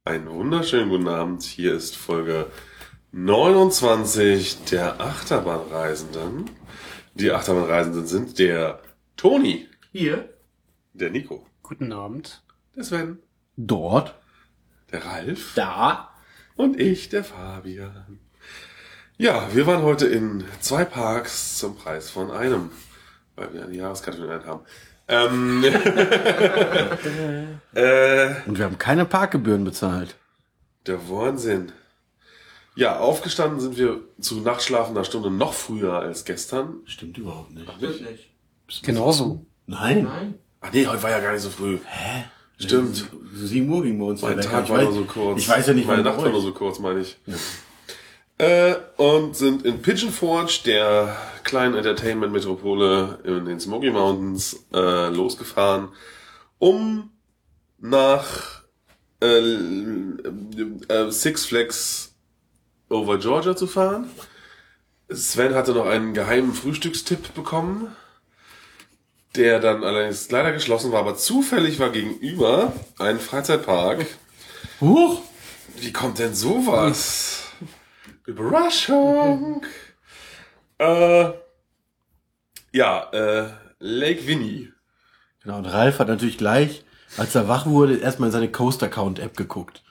Einen wunderschönen guten Abend. Hier ist Folge 29 der Achterbahnreisenden. Die Achterbahnreisenden sind der Toni. Hier. Der Nico. Guten Abend. Der Sven. Dort. Der Ralf. Da. Und ich, der Fabian. Ja, wir waren heute in 2 Parks zum Preis von einem, weil wir eine Jahreskarte für einen haben. Und wir haben keine Parkgebühren bezahlt. Der Wahnsinn. Ja, aufgestanden sind wir zu nachtschlafender Stunde noch früher als gestern. Stimmt überhaupt nicht. Nicht? Genauso. Nein. Ach nee, heute war ja gar nicht so früh. Hä? Stimmt. 7 Uhr ging bei uns. Mein weg. Tag war nur so kurz. Ich weiß ja nicht, meine wann Nacht bei war nur euch. so kurz, meine ich. Ja. Und sind in Pigeon Forge, der kleinen Entertainment-Metropole in den Smoky Mountains, losgefahren, um nach Six Flags over Georgia zu fahren. Sven hatte noch einen geheimen Frühstückstipp bekommen, der dann allerdings leider geschlossen war, aber zufällig war gegenüber ein Freizeitpark. Huch! Wie kommt denn sowas? Überraschung! Lake Winnie. Genau, und Ralf hat natürlich gleich, als er wach wurde, erstmal in seine Coaster-Count-App geguckt.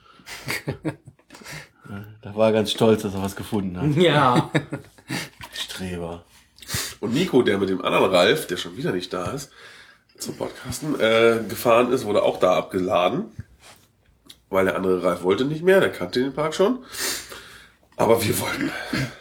Da war er ganz stolz, dass er was gefunden hat. Ja. Streber. Und Nico, der mit dem anderen Ralf, der schon wieder nicht da ist, zum Podcasten, gefahren ist, wurde auch da abgeladen. Weil der andere Ralf wollte nicht mehr, der kannte den Park schon. Aber wir wollten.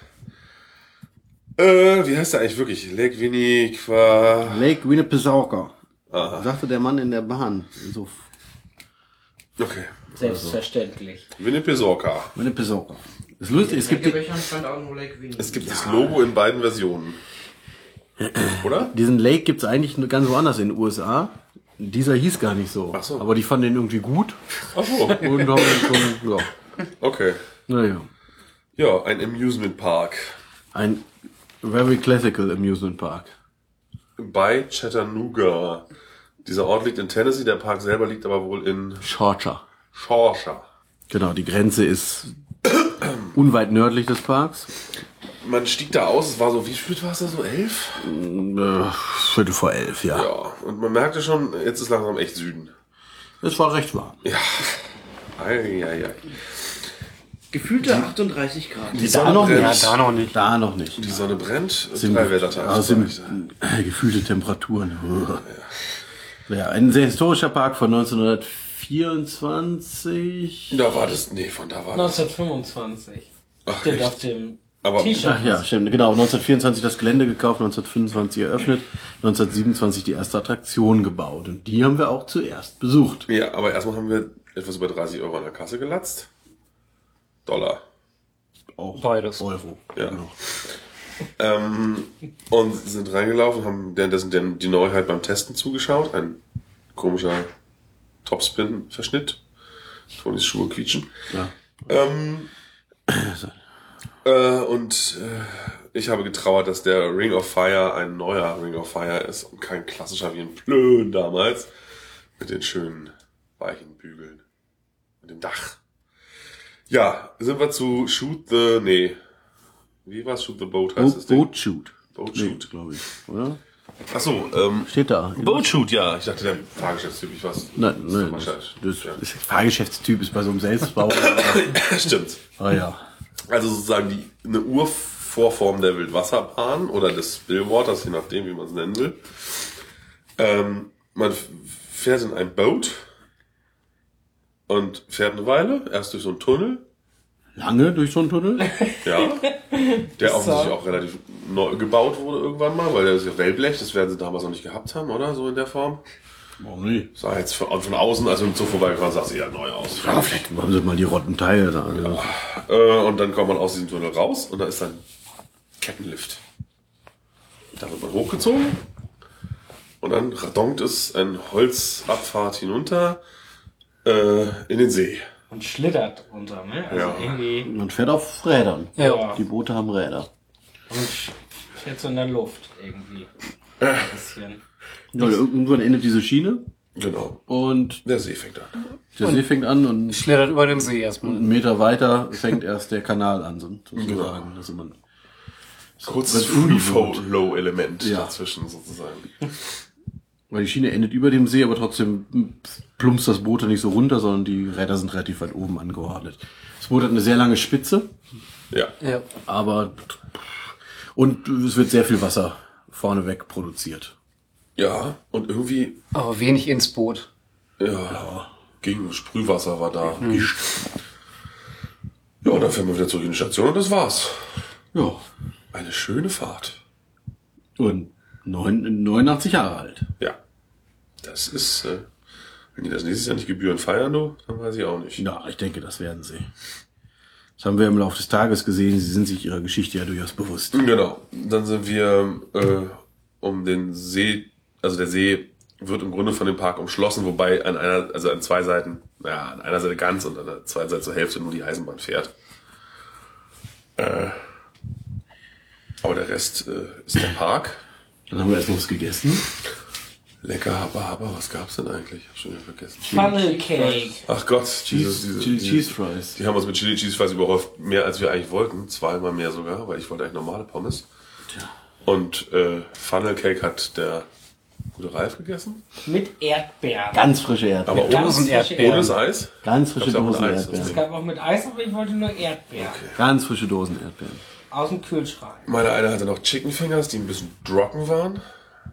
Wie heißt der eigentlich wirklich? Lake Winnie, Lake Winnipesaukee. Aha. Sagte der Mann in der Bahn. So, Okay. Selbstverständlich. Winnipesaukee. Winnipesaukee. Das ist lustig, es gibt stand auch nur Lake Winnie. Es gibt das Logo in beiden Versionen. Oder? diesen Lake gibt's eigentlich nur ganz woanders in den USA. Dieser hieß gar nicht so. Ach so. Aber die fanden den irgendwie gut. Ach so. Und haben schon, ja. Okay. Naja. Ja, ein Amusement Park Ein very classical amusement park. bei Chattanooga. Dieser Ort liegt in Tennessee, der Park selber liegt aber wohl in Georgia. Georgia. Genau, die Grenze ist unweit nördlich des Parks. Man stieg da aus, es war so, wie spät war es da, so 11? 11:15, ja. Ja, und man merkte schon, jetzt ist langsam echt Süden. Es war recht warm. Ja. Ei. Gefühlte 38 Grad. Die Sonne brennt. Da noch nicht. Da noch nicht. Die Sonne brennt. Sind- 3 Wettertage. Ja, sind gefühlte Temperaturen. Ja, ein sehr historischer Park von 1924. Da war das, nee, von da war das. 1925. Ach, Steht echt? auf dem Aber T-Shirt. Ach ja, stimmt. Genau, 1924 das Gelände gekauft, 1925 eröffnet, 1927 die erste Attraktion gebaut. Und die haben wir auch zuerst besucht. ja, aber erstmal haben wir etwas über 30 Euro an der Kasse gelatzt. Dollar. Auch Beides. Euro. Ja. Genau. Und sind reingelaufen, haben währenddessen die Neuheit beim Testen zugeschaut. Ein komischer Topspin-Verschnitt. Tonis Schuhe quietschen. Ja. Ich habe getrauert, dass der Ring of Fire ein neuer Ring of Fire ist und kein klassischer wie ein Plön damals. Mit den schönen weichen Bügeln. Mit dem Dach. Ja, sind wir zu wie war's? Shoot the Boat heißt das Ding? Boat Shoot. Boat Nee, Shoot. glaube ich. Oder? Achso, Steht da. Boat Shoot, ja. Ich dachte, der Fahrgeschäftstyp, ich weiß. Nein, das Fahrgeschäftstyp ist bei so einem Selbstbau. Stimmt. Ah ja. Also sozusagen eine Urvorform der Wildwasserbahn oder des Spillwaters, je nachdem, wie man es nennen will. Man fährt in ein Boot und fährt eine Weile, erst durch so einen Tunnel, Lange durch so einen Tunnel? ja, der offensichtlich auch relativ neu gebaut wurde irgendwann mal, weil der ist ja Wellblech, das werden sie damals noch nicht gehabt haben, oder? So in der Form. Oh nee. Sah jetzt von außen, also so vorbeigefahren, sah es eher neu aus. Ja, vielleicht haben sie mal die rotten Teile da. Und dann kommt man aus diesem Tunnel raus und da ist ein Kettenlift. Da wird man hochgezogen und dann radonkt es ein Holzabfahrt hinunter in den See. Und schlittert runter, ne? Also Ja. irgendwie. Man fährt auf Rädern. Ja. Die Boote haben Räder. Und fährt so in der Luft irgendwie. Ein bisschen. Ja, irgendwann endet diese Schiene Genau. Und Der See fängt an. der See fängt an und Schlittert über den See erstmal. einen Meter weiter fängt erst der Kanal an, sozusagen. Also man Kurzes Free Free-Flow-Element Ja. dazwischen sozusagen. Weil die Schiene endet über dem See, aber trotzdem plumpst das Boot da nicht so runter, sondern die Räder sind relativ weit oben angeordnet. Das Boot hat eine sehr lange Spitze, Ja. Ja. aber und es wird sehr viel Wasser vorneweg produziert. Ja, und irgendwie, Aber wenig ins Boot. gegen Sprühwasser war da. Ja, und dann fähren wir wieder zurück in die Station und das war's. Ja. Eine schöne Fahrt. Und 89 Jahre alt. Ja. Das ist, wenn die das nächstes Jahr nicht Gebühren feiern, du, dann weiß ich auch nicht. Ja, ich denke, das werden sie. Das haben wir im Laufe des Tages gesehen. Sie sind sich ihrer Geschichte ja durchaus bewusst. Genau. Dann sind wir um den See, also der See wird im Grunde von dem Park umschlossen, wobei an zwei Seiten, an einer Seite ganz und an der zweiten Seite zur Hälfte nur die Eisenbahn fährt. Aber der Rest ist der Park. Dann haben wir erst noch was gegessen. Lecker, aber was gab's denn eigentlich? Ich hab schon wieder vergessen. Funnel Cake. Ach Gott, Chili Cheese Fries. Die haben uns mit Chili Cheese Fries überhäuft, mehr als wir eigentlich wollten. Zweimal mehr sogar, weil ich wollte eigentlich normale Pommes. Und Funnel Cake hat der gute Ralf gegessen. Mit Erdbeeren. Ganz frische Erdbeeren. Aber Ganz ohne Erdbeeren. das Eis. Ganz frische Gab's ja auch Dosen mit Eis, Erdbeeren. Es gab auch mit Eis, aber ich wollte nur Erdbeeren. Ganz frische Dosen Erdbeeren. Aus dem Kühlschrank. Meine eine hatte noch Chicken Fingers, die ein bisschen trocken waren.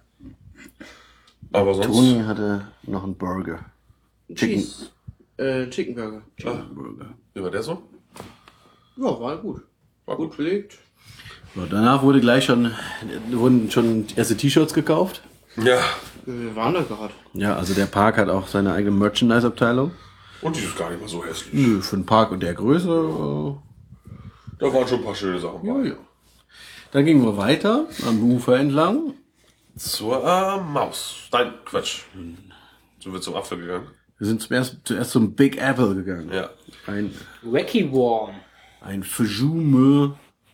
Aber sonst... Toni hatte noch einen Burger. Chicken Chicken Burger. Burger. Wie war der so? Ja, war gut. War Gut belegt. So, danach wurden schon erste T-Shirts gekauft. Ja. Wir waren da gerade. Ja, also der Park hat auch seine eigene Merchandise-Abteilung. Und die ist gar nicht mal so hässlich. Nö, für einen Park und der Größe. Da waren schon ein paar schöne Sachen bei. Ja. Dann gingen wir weiter am Ufer entlang. Zur Maus. Nein, Quatsch. So wird zum Apfel gegangen. Wir sind zuerst zum Big Apple gegangen. Ja. Wacky Warm. Ein Fajoume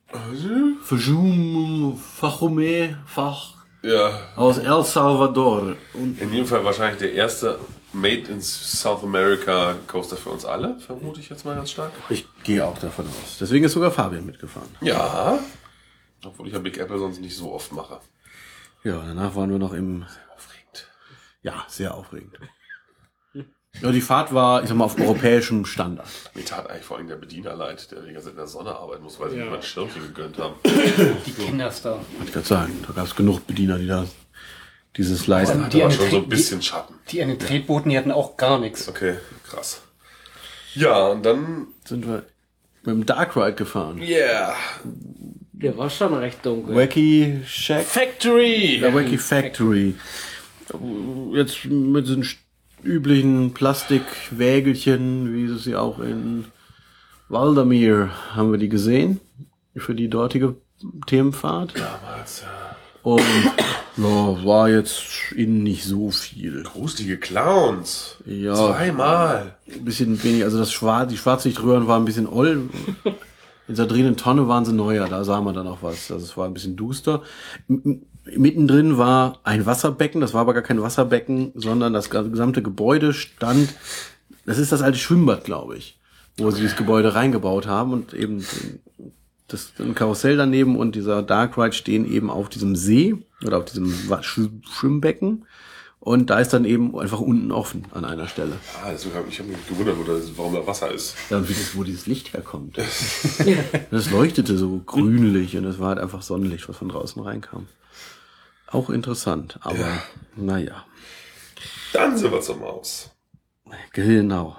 Fach Ja. aus El Salvador. Und In jedem Fall wahrscheinlich der erste Made in South America Coaster für uns alle, vermute ich jetzt mal ganz stark. ich gehe auch davon aus. Deswegen ist sogar Fabian mitgefahren. Ja. Obwohl ich ja Big Apple sonst nicht so oft mache. Ja, danach waren wir noch im... Aufregend. Ja, sehr aufregend. Ja, die Fahrt war, ich sag mal, auf europäischem Standard. Mir tat eigentlich vor allem der Bediener leid, der die ganze Zeit in der Sonne arbeiten muss, weil sie mir mein Schirmchen gegönnt haben. Die Kinderstar. Wollte ich gerade sagen, da gab es genug Bediener, die da dieses leisten. Da war schon so ein bisschen Schatten. Die an den Tretbooten, die hatten auch gar nichts. Okay, krass. Ja, und dann... Sind wir mit dem Dark Ride gefahren. Yeah. Der war schon recht dunkel. Wacky Shack. Factory! Der Wacky Factory. Jetzt mit den üblichen Plastikwägelchen, wie sie auch in Waldamir haben wir die gesehen. Für die dortige Themenfahrt. Damals, ja. Und ja, war jetzt innen nicht so viel. Gruselige Clowns. Ja. Zweimal. Ein bisschen wenig, also die Schwarzlichtröhren waren ein bisschen oll. In der drehenden Tonne waren sie neuer, da sah man dann auch was. Also es war ein bisschen duster. Mittendrin war ein Wasserbecken, das war aber gar kein Wasserbecken, sondern das gesamte Gebäude stand, das ist das alte Schwimmbad, glaube ich, wo sie das Gebäude reingebaut haben und eben ein Karussell daneben und dieser Dark Ride stehen eben auf diesem See oder auf diesem Schwimmbecken. Und da ist dann eben einfach unten offen an einer Stelle. Ah, deswegen ich hab mich gewundert, warum da Wasser ist. Ja, und wo dieses Licht herkommt. Das leuchtete so grünlich und es war halt einfach Sonnenlicht, was von draußen reinkam. Auch interessant, aber naja. Dann sind wir zur Maus. Genau.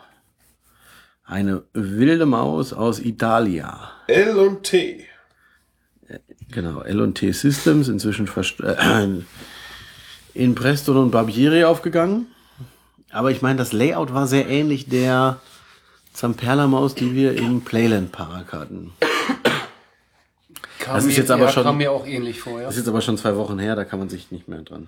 Eine wilde Maus aus Italia. L&T. Genau, L&T Systems, inzwischen in Preston und Barbieri aufgegangen. Aber ich meine, das Layout war sehr ähnlich der Zamperla-Maus, die wir im Playland Park hatten. Das ist jetzt aber schon, kam mir auch ähnlich vor, ja. das ist jetzt aber schon 2 Wochen her, da kann man sich nicht mehr dran.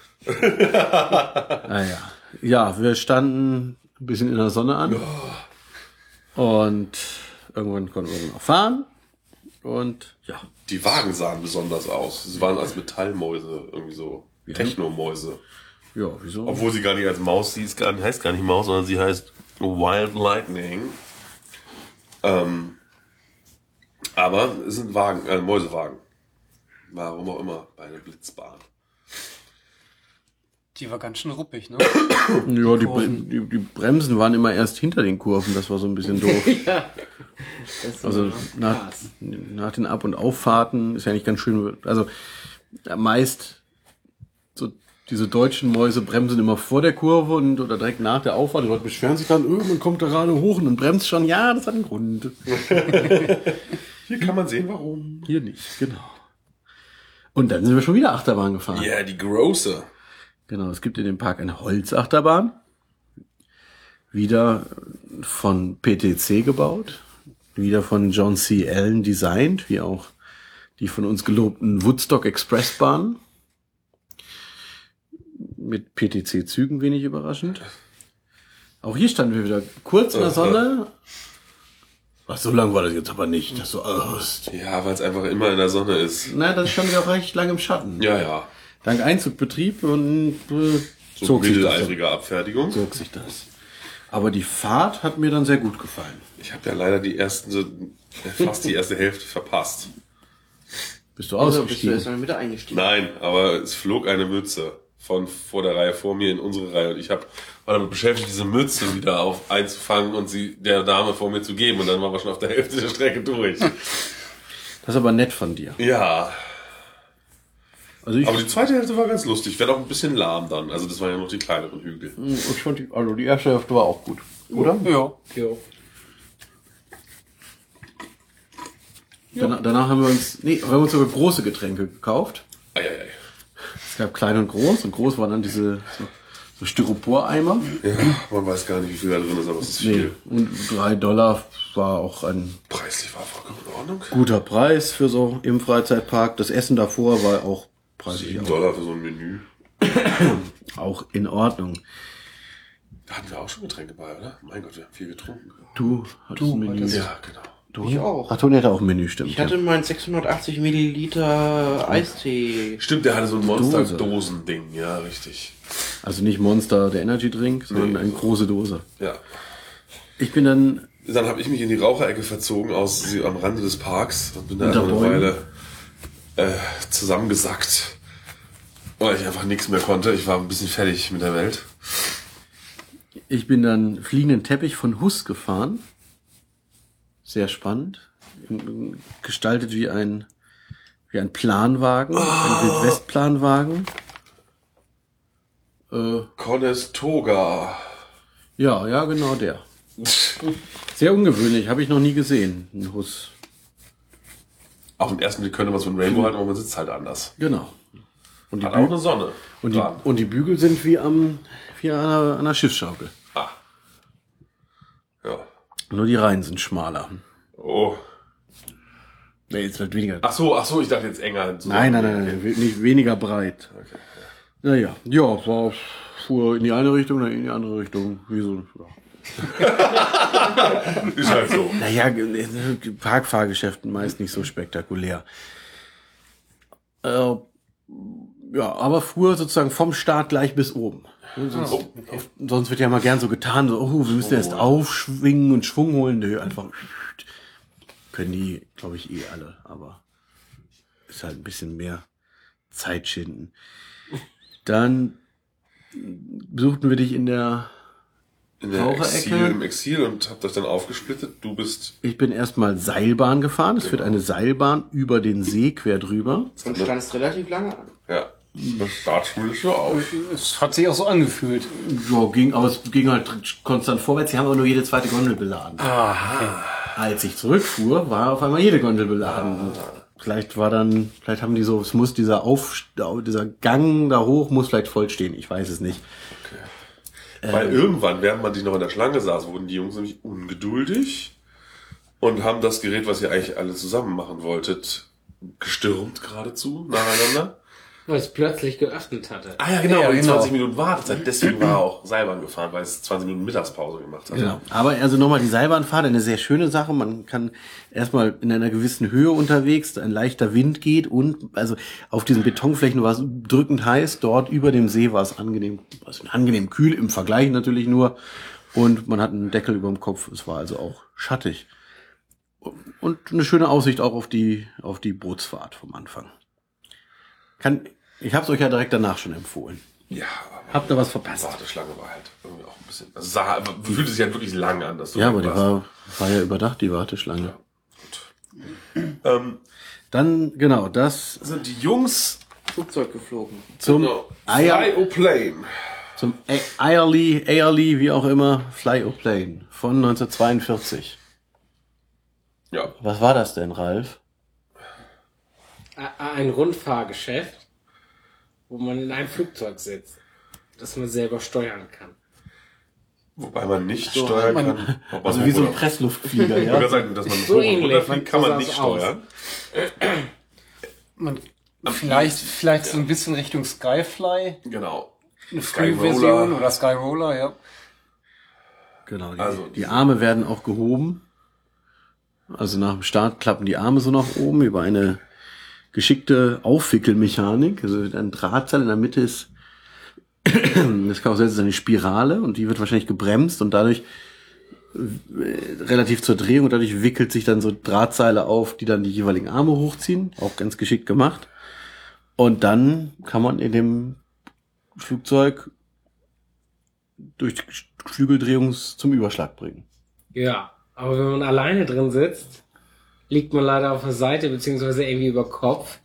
Ja, wir standen ein bisschen in der Sonne an. Und irgendwann konnten wir dann auch fahren. Und ja. Die Wagen sahen besonders aus. Sie waren als Metallmäuse, irgendwie so Technomäuse. Ja, wieso? Obwohl sie gar nicht als Maus, heißt gar nicht Maus, sondern sie heißt Wild Lightning. Aber es sind Wagen, Mäusewagen. Warum auch immer, bei einer Blitzbahn. Die war ganz schön ruppig, ne? Ja, die Bremsen waren immer erst hinter den Kurven, das war so ein bisschen doof. Ja. Das ist Also krass. nach den Ab- und Auffahrten ist ja nicht ganz schön, also meist so diese deutschen Mäuse bremsen immer vor der Kurve oder direkt nach der Auffahrt. Die Leute beschweren sich dann, man kommt da gerade hoch und dann bremst schon. Ja, das hat einen Grund. Hier kann man sehen, warum. Hier nicht, genau. Und dann sind wir schon wieder Achterbahn gefahren. Ja, die große. Genau, es gibt in dem Park eine Holzachterbahn. Wieder von PTC gebaut. Wieder von John C. Allen designt, wie auch die von uns gelobten Woodstock Expressbahnen. Mit PTC-Zügen, wenig überraschend. Auch hier standen wir wieder kurz in der Sonne. Ach, so lang war das jetzt aber nicht, dass du Angst. Ja, weil es einfach immer in der Sonne ist. Na, das standen wir auch recht lange im Schatten. Ja, ja. Dank Einzugbetrieb und So zog sich mitteleifrige Abfertigung. das. Aber die Fahrt hat mir dann sehr gut gefallen. Ich habe ja leider fast die erste Hälfte verpasst. Bist du Also bist du erst ausgestiegen? mal wieder eingestiegen. Nein, aber es flog eine Mütze von vor der Reihe vor mir in unsere Reihe und ich war damit beschäftigt, diese Mütze wieder einzufangen und sie der Dame vor mir zu geben und dann waren wir schon auf der Hälfte der Strecke durch. Das ist aber nett von dir. Ja, Also ich aber die zweite Hälfte war ganz lustig, wäre auch ein bisschen lahm dann, also das waren ja noch die kleineren Hügel. fand die erste Hälfte war auch gut. Oder? Ja. Danach haben wir uns sogar große Getränke gekauft. Eieiei. Es gab klein und groß waren dann diese so Styropor-Eimer. Ja, man weiß gar nicht, wie viel da drin ist, aber es ist viel. Und $3 war auch ein Preislich war vollkommen in Ordnung. guter Preis für so im Freizeitpark. Das Essen davor war auch preislich $7 für so ein Menü. auch in Ordnung. Da hatten wir auch schon Getränke bei, oder? Mein Gott, wir haben viel getrunken. Du hattest ein Menü. Ja, genau. Ich auch. Ach, Toni hatte auch ein Menü, stimmt. Ich hatte mein 680 Milliliter Eistee. Stimmt, der hatte so ein Monster-Dosen-Ding, ja, richtig. Also nicht Monster, der Energy Drink, sondern eine große Dose. Ja. Ich bin dann Dann habe ich mich in die Raucherecke verzogen, am Rande des Parks und bin da Unter einfach eine Bäumen. Weile zusammengesackt, weil ich einfach nichts mehr konnte. Ich war ein bisschen fertig mit der Welt. fliegenden Teppich von Huss gefahren. Sehr spannend. Gestaltet wie ein Planwagen, ein Wildwestplanwagen. Conestoga. Ja, genau der. Sehr ungewöhnlich, habe ich noch nie gesehen. Ein Huss. Auf den ersten Blick könnte man es mit Rainbow halten, aber man sitzt halt anders. Genau. Und die, Hat auch eine Sonne. und die Bügel sind wie an einer Schiffsschaukel. Ah. Ja. Nur die Reihen sind schmaler. Oh. Nee, jetzt wird weniger. Ach so, ich dachte jetzt enger. Nein, nicht weniger breit. Okay. Naja, fuhr in die eine Richtung, dann in die andere Richtung. Wie so, ja. Ist halt so. Naja, Parkfahrgeschäften meist nicht so spektakulär. Ja, aber fuhr sozusagen vom Start gleich bis oben. Sonst wird ja mal gern so getan, so, wir müssen erst aufschwingen und Schwung holen. Nö, einfach können die, glaube ich, alle, aber ist halt ein bisschen mehr Zeit schinden. Dann besuchten wir dich in der Raucherecke. Im Exil und habt euch dann aufgesplittet. Du bist Ich bin erstmal Seilbahn gefahren. Es führt eine Seilbahn über den See quer drüber. Und standst relativ lange an. ja. Das Startspiel so auf. Es hat sich auch so angefühlt. Ja, aber es ging halt konstant vorwärts. Sie haben aber nur jede zweite Gondel beladen. Als ich zurückfuhr, war auf einmal jede Gondel beladen. Und vielleicht haben die so, es muss dieser Gang da hoch muss vielleicht voll stehen. Ich weiß es nicht. Weil irgendwann, während man sich noch in der Schlange saß, wurden die Jungs nämlich ungeduldig und haben das Gerät, was ihr eigentlich alle zusammen machen wolltet, gestürmt geradezu nacheinander. Weil es plötzlich geöffnet hatte. Ah ja, genau, Ja, und genau. 20 Minuten Wartezeit. Deswegen war er auch Seilbahn gefahren, weil es 20 Minuten Mittagspause gemacht hat. Genau. Aber also nochmal die Seilbahnfahrt, eine sehr schöne Sache. Man kann erstmal in einer gewissen Höhe unterwegs, ein leichter Wind geht und also auf diesen Betonflächen war es drückend heiß. Dort über dem See war es angenehm kühl, im Vergleich natürlich nur. Und man hat einen Deckel über dem Kopf. Es war also auch schattig. Und eine schöne Aussicht auch auf die Bootsfahrt vom Anfang. Ich habe es euch ja direkt danach schon empfohlen. Ja, Habt ihr was die verpasst? Warteschlange war halt irgendwie auch ein bisschen, also fühlte sich halt wirklich lang an. Dass du Ja, aber die warst. war ja überdacht, die Warteschlange. Ähm, Dann, genau, das sind die Jungs Flugzeug geflogen. zum Fly-O-Plane. zum Airly, wie auch immer, Fly-O-Plane von 1942. Ja. Was war das denn, Ralf? Ein Rundfahrgeschäft, wo man in einem Flugzeug sitzt, das man selber steuern kann. Wobei man nicht steuern kann. Ob man Also wie so ein hoch oder- Pressluftflieger, Ich wollte ja? gerade sagen, dass man So hoch und ähnlich, runter fliegt, kann so man sah's nicht aus. steuern. Vielleicht so ein bisschen Richtung Skyfly. Genau. Eine Skyroller. Frühversion oder Skyroller, ja. Genau, Also die Arme werden auch gehoben. Also nach dem Start klappen die Arme so nach oben über eine geschickte Aufwickelmechanik. Also ein Drahtseil in der Mitte ist, das Karussell ist eine Spirale und die wird wahrscheinlich gebremst und dadurch relativ zur Drehung und dadurch wickelt sich dann so Drahtseile auf, die dann die jeweiligen Arme hochziehen. Auch ganz geschickt gemacht. Und dann kann man in dem Flugzeug durch die Flügeldrehung zum Überschlag bringen. Ja, aber wenn man alleine drin sitzt, liegt man leider auf der Seite, beziehungsweise irgendwie über Kopf.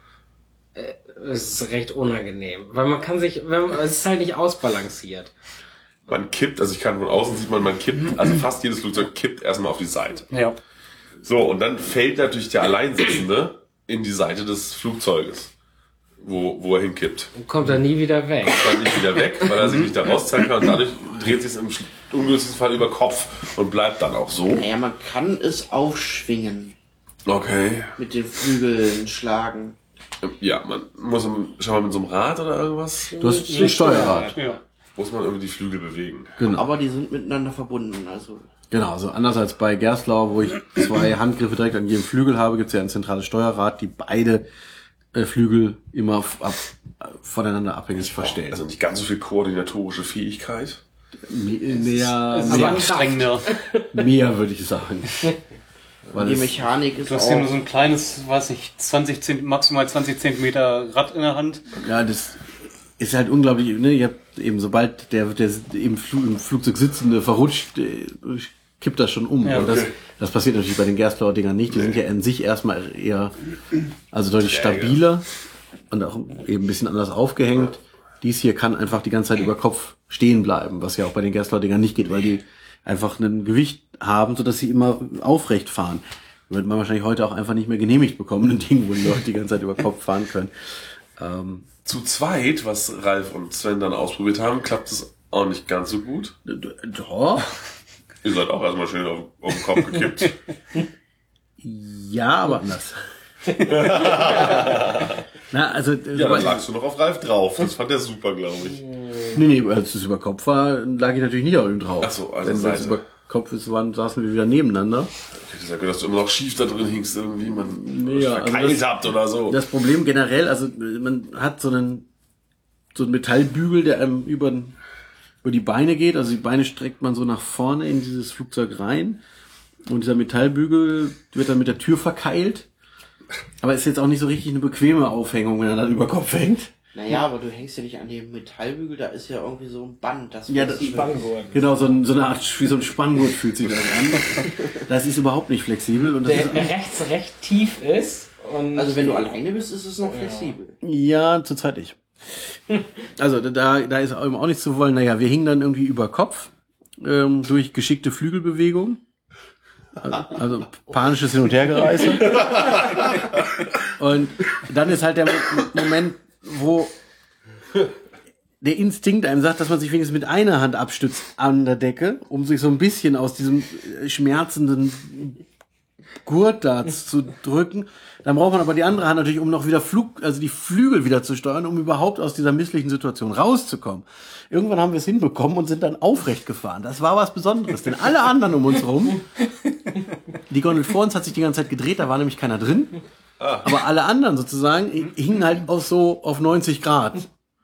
Es ist recht unangenehm. Weil man kann sich, es ist halt nicht ausbalanciert. Man kippt, also ich kann von außen sieht man kippt, also fast jedes Flugzeug kippt erstmal auf die Seite. Ja. So, und dann fällt natürlich der Alleinsitzende in die Seite des Flugzeuges, wo er hinkippt. Und kommt dann nie wieder weg. Dann nicht wieder weg, weil er sich nicht da rauszeigen kann und dadurch dreht sich es im ungünstigsten Fall über Kopf und bleibt dann auch so. Naja, man kann es aufschwingen. Okay. Mit den Flügeln schlagen. Ja, man muss schon mal mit so einem Rad oder irgendwas, Du hast ein Steuerrad. Ja. muss man irgendwie die Flügel bewegen. Genau. Aber die sind miteinander verbunden. Also Genau, also anders als bei Gerstlauer, wo ich 2 Handgriffe direkt an jedem Flügel habe, gibt es ja ein zentrales Steuerrad, die beide Flügel immer voneinander abhängig verstellen. Also nicht ganz so viel koordinatorische Fähigkeit. Mehr, Sehr anstrengender. mehr würde ich sagen. Weil die es, Mechanik ist Du hast hier nur auch... so ein kleines, weiß nicht, maximal 20 Zentimeter Rad in der Hand. ja, das ist halt unglaublich, ne? Ihr habt eben, sobald der im Flugzeug Sitzende verrutscht, kippt das schon um. Ja, Und das passiert natürlich bei den Gerstlauer Dingern nicht. Die sind ja in sich erstmal eher, also deutlich stabiler und auch eben ein bisschen anders aufgehängt. Dies hier kann einfach die ganze Zeit über Kopf stehen bleiben, was ja auch bei den Gerstlauer Dingern nicht geht, weil die einfach ein Gewicht haben, sodass sie immer aufrecht fahren. Wird man wahrscheinlich heute auch einfach nicht mehr genehmigt bekommen, ein Ding, wo die Leute die ganze Zeit über Kopf fahren können. Zu zweit, was Ralf und Sven dann ausprobiert haben, klappt es auch nicht ganz so gut. Doch. Ihr seid auch erstmal schön auf den Kopf gekippt. Ja, aber anders. Na, also, Ja, dann lagst du noch auf Ralf drauf. Das fand er super, glaube ich. nee, als es über Kopf war, lag ich natürlich nicht auf ihm drauf. Ach so, also wenn es Seite. über Kopf ist, saßen wir wieder nebeneinander. Ich hätte gesagt, dass du immer noch schief da drin hingst, irgendwie man Ja, also verkeilt das- habt oder so. Das Problem generell, also man hat so einen Metallbügel, der einem über die Beine geht. Also die Beine streckt man so nach vorne in dieses Flugzeug rein. Und dieser Metallbügel wird dann mit der Tür verkeilt. Aber ist jetzt auch nicht so richtig eine bequeme Aufhängung, wenn er dann über Kopf hängt. Naja, aber du hängst ja nicht an dem Metallbügel, da ist ja irgendwie so ein Band. Das Ja, das flexibel Genau, so eine Art, wie so ein Spanngurt fühlt sich das an. Das ist überhaupt nicht flexibel. Und das Der ist, recht tief ist. Und Also wenn du alleine bist, ist es noch flexibel. ja, zurzeit nicht. Also da ist eben auch nichts zu wollen. Naja, wir hingen dann irgendwie über Kopf durch geschickte Flügelbewegung. Also panisches Hin- und Hergereise. Und dann ist halt der Moment, wo der Instinkt einem sagt, dass man sich wenigstens mit einer Hand abstützt an der Decke, um sich so ein bisschen aus diesem schmerzenden Gurtdarts zu drücken. Dann braucht man aber die andere Hand natürlich, um noch wieder die Flügel wieder zu steuern, um überhaupt aus dieser misslichen Situation rauszukommen. Irgendwann haben wir es hinbekommen und sind dann aufrecht gefahren. Das war was Besonderes, denn alle anderen um uns rum, die Gondel vor uns hat sich die ganze Zeit gedreht, da war nämlich keiner drin. Aber alle anderen sozusagen hingen halt auch so auf 90 Grad.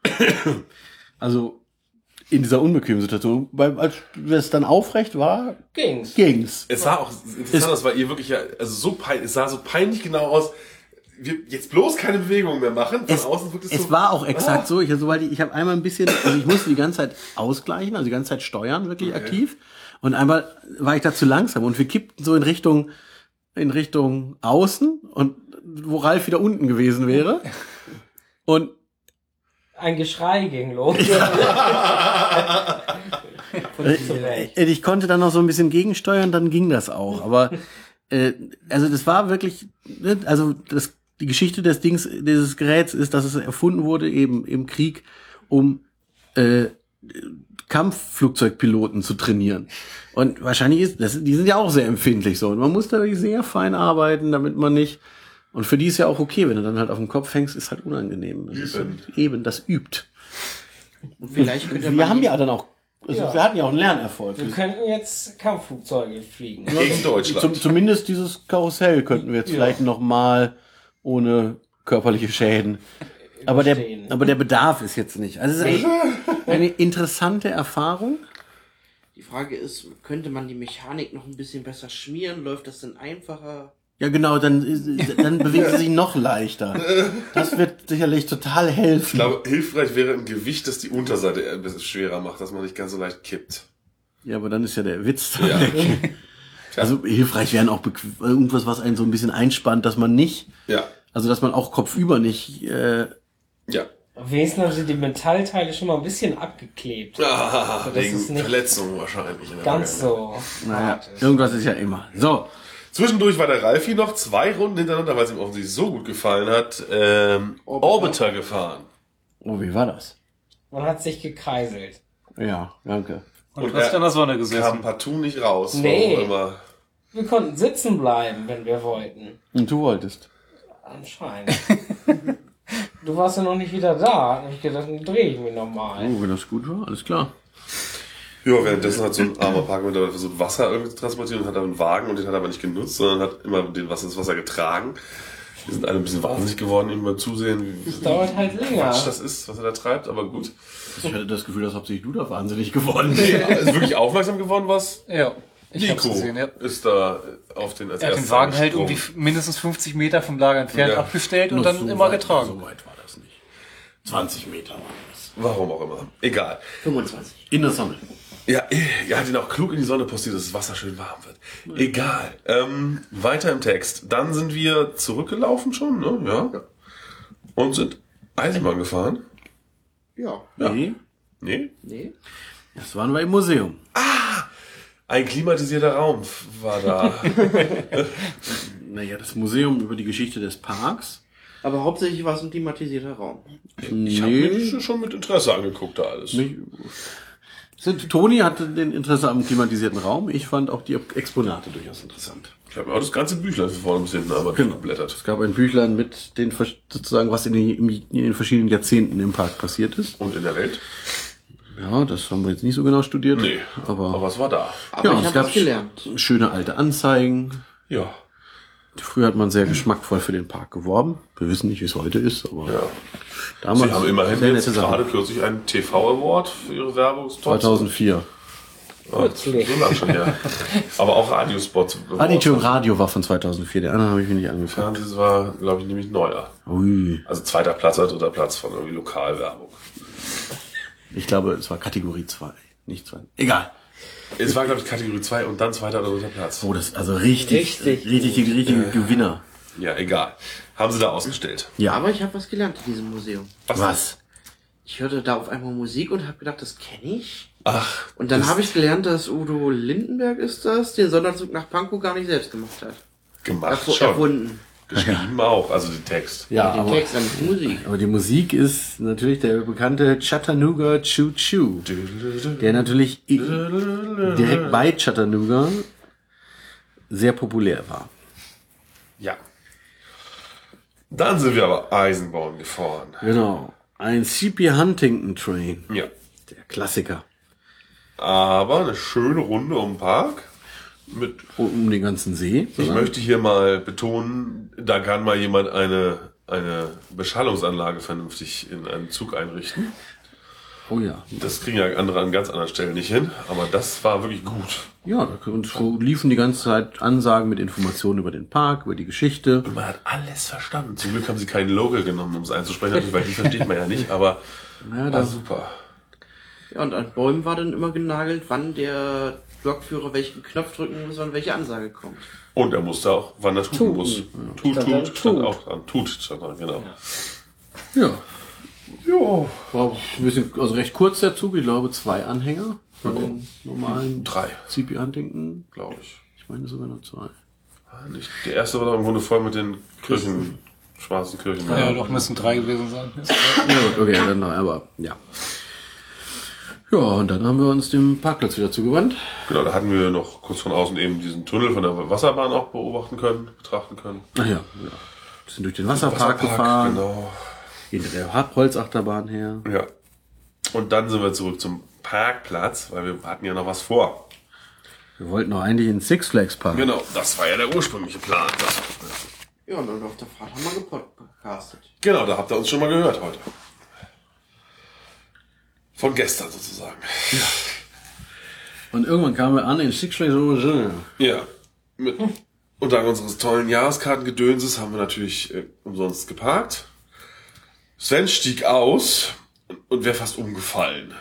Also in dieser unbequemen Situation. Weil als es dann aufrecht war, ging's. Es war auch interessant, das war ihr wirklich also es sah so peinlich genau aus. Wir jetzt bloß keine Bewegung mehr machen. Von außen wirkt es so, war auch exakt so. Ich habe einmal ein bisschen, also ich musste die ganze Zeit ausgleichen, also die ganze Zeit steuern, wirklich aktiv. Und einmal war ich da zu langsam und wir kippten so in Richtung außen und wo Ralf wieder unten gewesen wäre. Und ein Geschrei ging los. Ich konnte dann noch so ein bisschen gegensteuern, dann ging das auch. Aber also das war wirklich, also die Geschichte dieses Geräts ist, dass es erfunden wurde eben im Krieg, um Kampfflugzeugpiloten zu trainieren. Und wahrscheinlich die sind ja auch sehr empfindlich so. Und man muss da wirklich sehr fein arbeiten, damit man nicht. Und für die ist ja auch okay, wenn du dann halt auf den Kopf hängst, ist halt unangenehm. Das ist eben, das übt. Und vielleicht wir haben ja dann auch, wir hatten ja auch einen Lernerfolg. Wir könnten jetzt Kampfflugzeuge fliegen. gegen Deutschland. Zumindest dieses Karussell könnten wir jetzt vielleicht noch mal ohne körperliche Schäden. Aber der Bedarf ist jetzt nicht. Also es ist eine interessante Erfahrung. Die Frage ist, könnte man die Mechanik noch ein bisschen besser schmieren? Läuft das denn einfacher? Ja, genau, dann bewegt sie sich noch leichter. Das wird sicherlich total helfen. Ich glaube, hilfreich wäre ein Gewicht, das die Unterseite ein bisschen schwerer macht, dass man nicht ganz so leicht kippt. Ja, aber dann ist ja der Witz. Ja. Also hilfreich wären auch irgendwas, was einen so ein bisschen einspannt, dass man nicht, also dass man auch kopfüber nicht, ja. Wenigstens haben sie die Metallteile schon mal ein bisschen abgeklebt. Wegen Verletzungen wahrscheinlich. Ganz so. Naja, irgendwas ist ja immer. So. Zwischendurch war der Ralfi noch 2 Runden hintereinander, weil es ihm offensichtlich so gut gefallen hat, Orbiter gefahren. Oh, wie war das? Man hat sich gekreiselt. Ja, danke. Und du hast in der Sonne gesessen. Kam partout nicht raus. Nee. Warum immer. Wir konnten sitzen bleiben, wenn wir wollten. Und du wolltest? Anscheinend. Du warst ja noch nicht wieder da. Da hab ich gedacht, dann drehe ich mich nochmal. Oh, wenn das gut war, alles klar. Ja, währenddessen hat so ein armer Parkmitarbeiter versucht, Wasser irgendwie zu transportieren und hat einen Wagen und den hat er aber nicht genutzt, sondern hat immer das Wasser getragen. Wir sind alle ein bisschen wahnsinnig geworden, ihm mal zusehen, Das dauert halt länger. Quatsch das ist, was er da treibt, aber gut. Ich hatte das Gefühl, dass hauptsächlich du da wahnsinnig geworden bist. Nee, ist wirklich aufmerksam geworden, was? Ja. Ich hab's Nico gesehen, ja. ist da auf den als Er hat den erstes Wagen halt angesprungen. irgendwie mindestens 50 Meter vom Lager entfernt Ja. abgestellt und Nur dann so immer weit, getragen. So weit war das nicht. 20 Meter war das. Warum auch immer. Egal. 25. In der Sonne. Ja, er hat ihn auch klug in die Sonne postiert, dass das Wasser schön warm wird. Egal. Weiter im Text. Dann sind wir zurückgelaufen schon, ne? Ja. Und sind Eisenbahn gefahren. Ja. Nee. Nee. Nee. Das waren wir im Museum. Ein klimatisierter Raum war da. Naja, das Museum über die Geschichte des Parks. Aber hauptsächlich war es ein klimatisierter Raum. Ich habe mir das schon mit Interesse angeguckt, da alles. Toni hatte den Interesse am klimatisierten Raum. Ich fand auch die Exponate durchaus interessant. Ich habe mir auch das ganze Büchlein von vorne bis hinten aber geblättert. Es gab ein Büchlein mit den sozusagen, was in den verschiedenen Jahrzehnten im Park passiert ist. Und in der Welt? Ja, das haben wir jetzt nicht so genau studiert. Nee, aber es war da. Aber ja, ich es habe gab was gelernt. schöne alte Anzeigen. Ja. Früher hat man sehr geschmackvoll für den Park geworben. Wir wissen nicht, wie es heute ist, aber Ja. damals Sie haben immerhin sehr jetzt nette Sachen. gerade kürzlich einen TV-Award für ihre Werbung. 2004. So lang schon her. Aber auch Radiospots. Entschuldigung, Radio war von 2004. Der andere habe ich mir nicht angefangen. Fernsehen war, glaube ich, nämlich neuer. Ui. Also 2. Platz oder 3. Platz von irgendwie Lokalwerbung. Ich glaube, es war Kategorie 2, nicht 2. Egal. Es war, glaube ich, Kategorie 2 und dann 2. oder 3. Platz. Oh, das also richtig Gewinner. Ja, egal. Haben sie da ausgestellt. Ja. Aber ich habe was gelernt in diesem Museum. Was? Ich hörte da auf einmal Musik und habe gedacht, das kenne ich. Ach. Und dann habe ich gelernt, dass Udo Lindenberg ist das, den Sonderzug nach Pankow gar nicht selbst gemacht hat. Gemacht schon. Erfunden. Geschrieben auch, also den Text. Ja, Den Text an die Musik. aber die Musik ist natürlich der bekannte Chattanooga Choo Choo, der natürlich direkt bei Chattanooga sehr populär war. Ja. Dann sind wir aber Eisenbahn gefahren. Genau. Ein CP Huntington Train. Ja. Der Klassiker. Aber eine schöne Runde um den Park. Mit, Um den ganzen See. ich möchte hier mal betonen, da kann mal jemand eine Beschallungsanlage vernünftig in einem Zug einrichten. Oh ja. Das kriegen ja andere an ganz anderen Stellen nicht hin, aber das war wirklich gut. Ja, und so liefen die ganze Zeit Ansagen mit Informationen über den Park, über die Geschichte. Und man hat alles verstanden. Zum Glück haben sie keinen Local genommen, um es einzusprechen, natürlich, weil die versteht man ja nicht, aber Ja, war das, super. Ja, und an Bäumen war dann immer genagelt, wann der Lokführer welchen Knopf drücken muss und welche Ansage kommt. Und er musste auch, wann er tuten muss. Tut, stand Tut. auch dran. Tut stand dran, genau. ja. Ja. War ein bisschen, also recht kurz der Zug, ich glaube 2 Anhänger. Von den normalen 3, CP Huntington. glaube ich. Ich meine sogar noch 2. Nicht. Der erste war doch im Grunde voll mit den Kirchen, schwarzen Kirchen. Ja, doch müssen 3 gewesen sein. Ja gut, okay, dann noch, aber ja. Ja, und dann haben wir uns dem Parkplatz wieder zugewandt. Genau, da hatten wir noch kurz von außen eben diesen Tunnel von der Wasserbahn auch betrachten können. Ach ja, ja. Sind durch den Wasserpark gefahren, Genau. hinter der Holzachterbahn her. Ja. Und dann sind wir zurück zum Parkplatz, weil wir hatten ja noch was vor. Wir wollten doch eigentlich in Six Flags Park. Genau, das war ja der ursprüngliche Plan. Ja, und dann auf der Fahrt haben wir gepodcastet. Genau, da habt ihr uns schon mal gehört heute. Von gestern sozusagen. Und irgendwann kamen wir an in Six Flags Over. Ja. Und dank unseres tollen Jahreskartengedönses haben wir natürlich umsonst geparkt. Sven stieg aus und wäre fast umgefallen.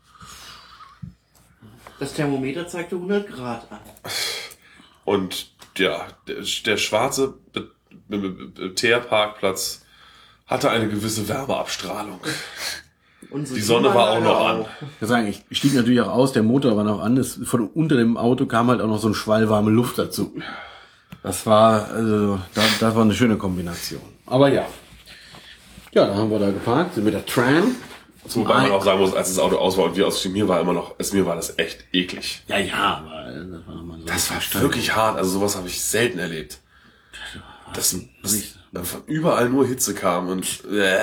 Das Thermometer zeigte 100 Grad an. Und ja, der schwarze Teerparkplatz hatte eine gewisse Wärmeabstrahlung. Unsere Die Sonne war auch noch Klimaanlage an. Ich kann sagen, ich stieg natürlich auch aus, der Motor war noch an, von unter dem Auto kam halt auch noch so ein Schwall warme Luft dazu. Das war, also, das war eine schöne Kombination. Aber ja. Ja, dann haben wir da geparkt, sind mit der Tram. Wobei man auch sagen muss, als das Auto aus war und wir ausgestiegen, mir war das echt eklig. Ja, ja, aber das war nochmal so. Das war wirklich hart, also sowas habe ich selten erlebt. Dass von überall nur Hitze kam und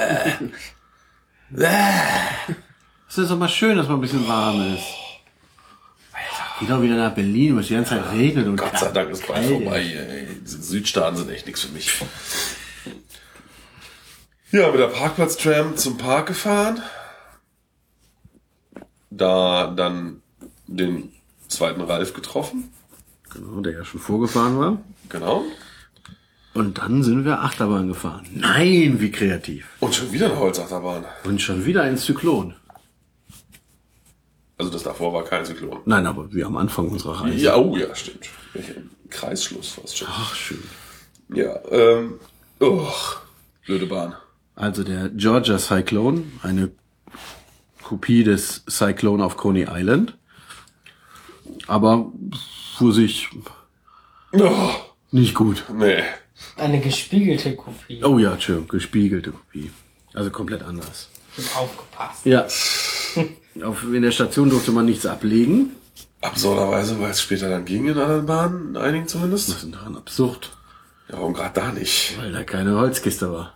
Es ist doch mal schön, dass man ein bisschen warm ist. Geht auch wieder nach Berlin, wo es die ganze Zeit regnet und Gott sei Dank ist bald kalt vorbei. Ey. Diese Südstaaten sind echt nichts für mich. Ja, mit der Parkplatz-Tram zum Park gefahren. Da dann den zweiten Ralf getroffen. Genau, der ja schon vorgefahren war. Genau. Und dann sind wir Achterbahn gefahren. Nein, wie kreativ. Und schon wieder eine Holzachterbahn. Und schon wieder ein Zyklon. Also das davor war kein Zyklon. Nein, aber wie am Anfang unserer Reise. Ja, oh ja, stimmt. Kreisschluss fast schon. Ach, schön. Ja, blöde Bahn. Also der Georgia Cyclone, eine Kopie des Cyclone auf Coney Island. Aber fuhr sich Oh, nicht gut. nee. Eine gespiegelte Kopie. Oh ja, schön, gespiegelte Kopie. Also komplett anders. Aufgepasst. Ja. In der Station durfte man nichts ablegen. Absurderweise, weil es später dann ging in anderen Bahnen, einigen zumindest. Das ist daran absurd, Ja, warum gerade da nicht? weil da keine Holzkiste war.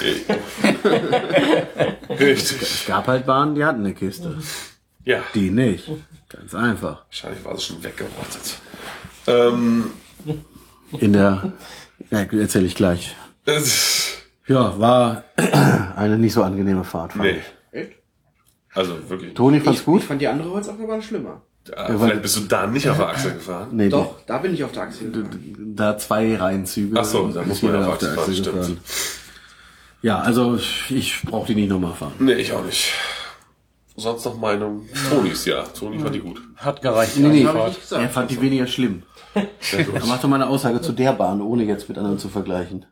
Richtig. Es gab halt Bahnen, die hatten eine Kiste. Ja, Die nicht. Ganz einfach. wahrscheinlich war sie schon weggerottet. In der, ja, erzähle ich gleich. Ja, war eine nicht so angenehme Fahrt. fand Nee. ich. Echt? Also wirklich. Toni fand's Ich gut? fand die andere Holzachterbahn schlimmer. Vielleicht bist du da nicht auf der Achse gefahren. Nee, Doch, da bin ich auf der Achse gefahren. da 2 Reihenzüge. Ach so, da ist muss man jeder auf der Achse fahren, gefahren. Ja, also ich brauche die nicht nochmal fahren. Nee, ich auch nicht. Sonst noch Meinung? Tonis, ja. Toni fand die gut. Hat gereicht. Nee, Hab ich nicht gesagt. er fand die weniger schlimm. Sehr gut. Er macht doch mal eine Aussage zu der Bahn, ohne jetzt mit anderen zu vergleichen.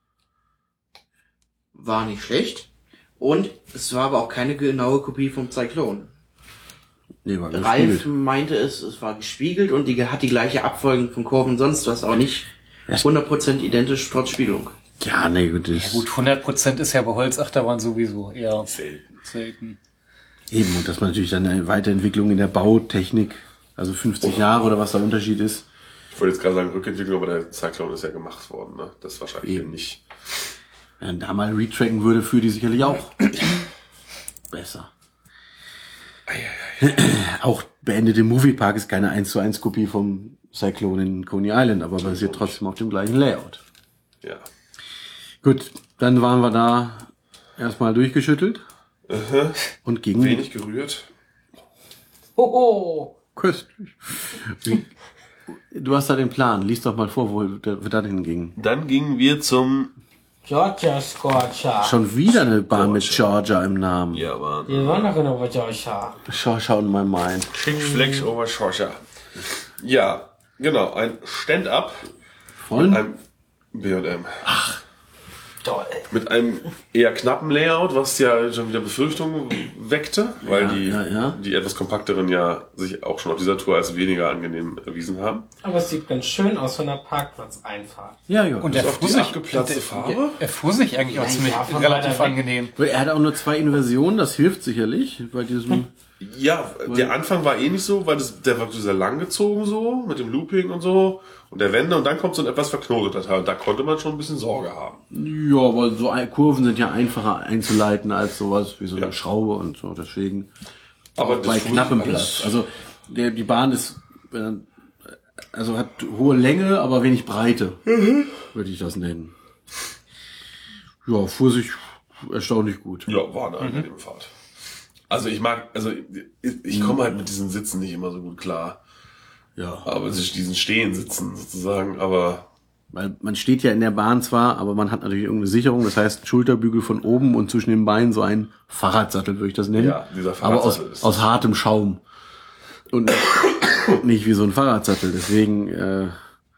War nicht schlecht. Und es war aber auch keine genaue Kopie vom Zyklon. Nee, war Ralf gespiegelt. meinte es war gespiegelt und die hat die gleiche Abfolge von Kurven, sonst was auch nicht 100% identisch trotz Spiegelung. Ja, nee, gut. Ja, gut, 100% ist ja bei Holzachterbahn sowieso eher selten. Eben, und dass man natürlich dann eine Weiterentwicklung in der Bautechnik, also 50 Jahre oder was der Unterschied ist. Ich wollte jetzt gerade sagen Rückentwicklung, aber der Cyclone ist ja gemacht worden, ne? Das ist wahrscheinlich Eben. nicht. Wenn da mal retracken würde, für die sicherlich auch besser. Auch beendete Moviepark ist keine 1:1 Kopie vom Cyclone in Coney Island, aber basiert trotzdem auf dem gleichen Layout. Ja. Gut, dann waren wir da erstmal durchgeschüttelt und gingen Wenig gerührt. Hoho! köstlich. Du hast da den Plan. Lies doch mal vor, wo wir da hingingen. Dann gingen wir zum... Georgia Scorcher. Schon wieder eine Bahn mit Georgia im Namen. Ja, Mann. Wir waren doch in Nova Georgia. Schau in my mind. Schick Flex over Shosha. Ja, genau. Ein Stand-up Von? einem B&M. Toll. Mit einem eher knappen Layout, was ja schon wieder Befürchtungen weckte, weil die etwas kompakteren ja sich auch schon auf dieser Tour als weniger angenehm erwiesen haben. Aber es sieht ganz schön aus von der Parkplatzeinfahrt. Ja. Und der Auch fuhr die sich, abgeplatzte Farbe. er fuhr sich eigentlich auch ziemlich von relativ weiter weg. angenehm. Er hat auch nur 2 Inversionen, das hilft sicherlich bei diesem. Ja, der Anfang war eh nicht so, weil der war so sehr lang gezogen so, mit dem Looping und so, und der Wende, und dann kommt so ein etwas verknoteter Teil, und da konnte man schon ein bisschen Sorge haben. Ja, aber so Kurven sind ja einfacher einzuleiten als sowas wie so eine Schraube und so, deswegen. Aber auch das bei fuhr knappem sich alles- Platz. Also die Bahn ist, also hat hohe Länge, aber wenig Breite, würde ich das nennen. Ja, fuhr sich erstaunlich gut. Ja, war eine angenehme Fahrt. Also ich komme halt mit diesen Sitzen nicht immer so gut klar. Ja. Aber diesen Stehensitzen sozusagen, aber Weil man steht ja in der Bahn zwar, aber man hat natürlich irgendeine Sicherung, das heißt Schulterbügel von oben und zwischen den Beinen so ein Fahrradsattel, würde ich das nennen. Ja, dieser aber Fahrradsattel ist aus hartem Schaum. Und nicht wie so ein Fahrradsattel. Deswegen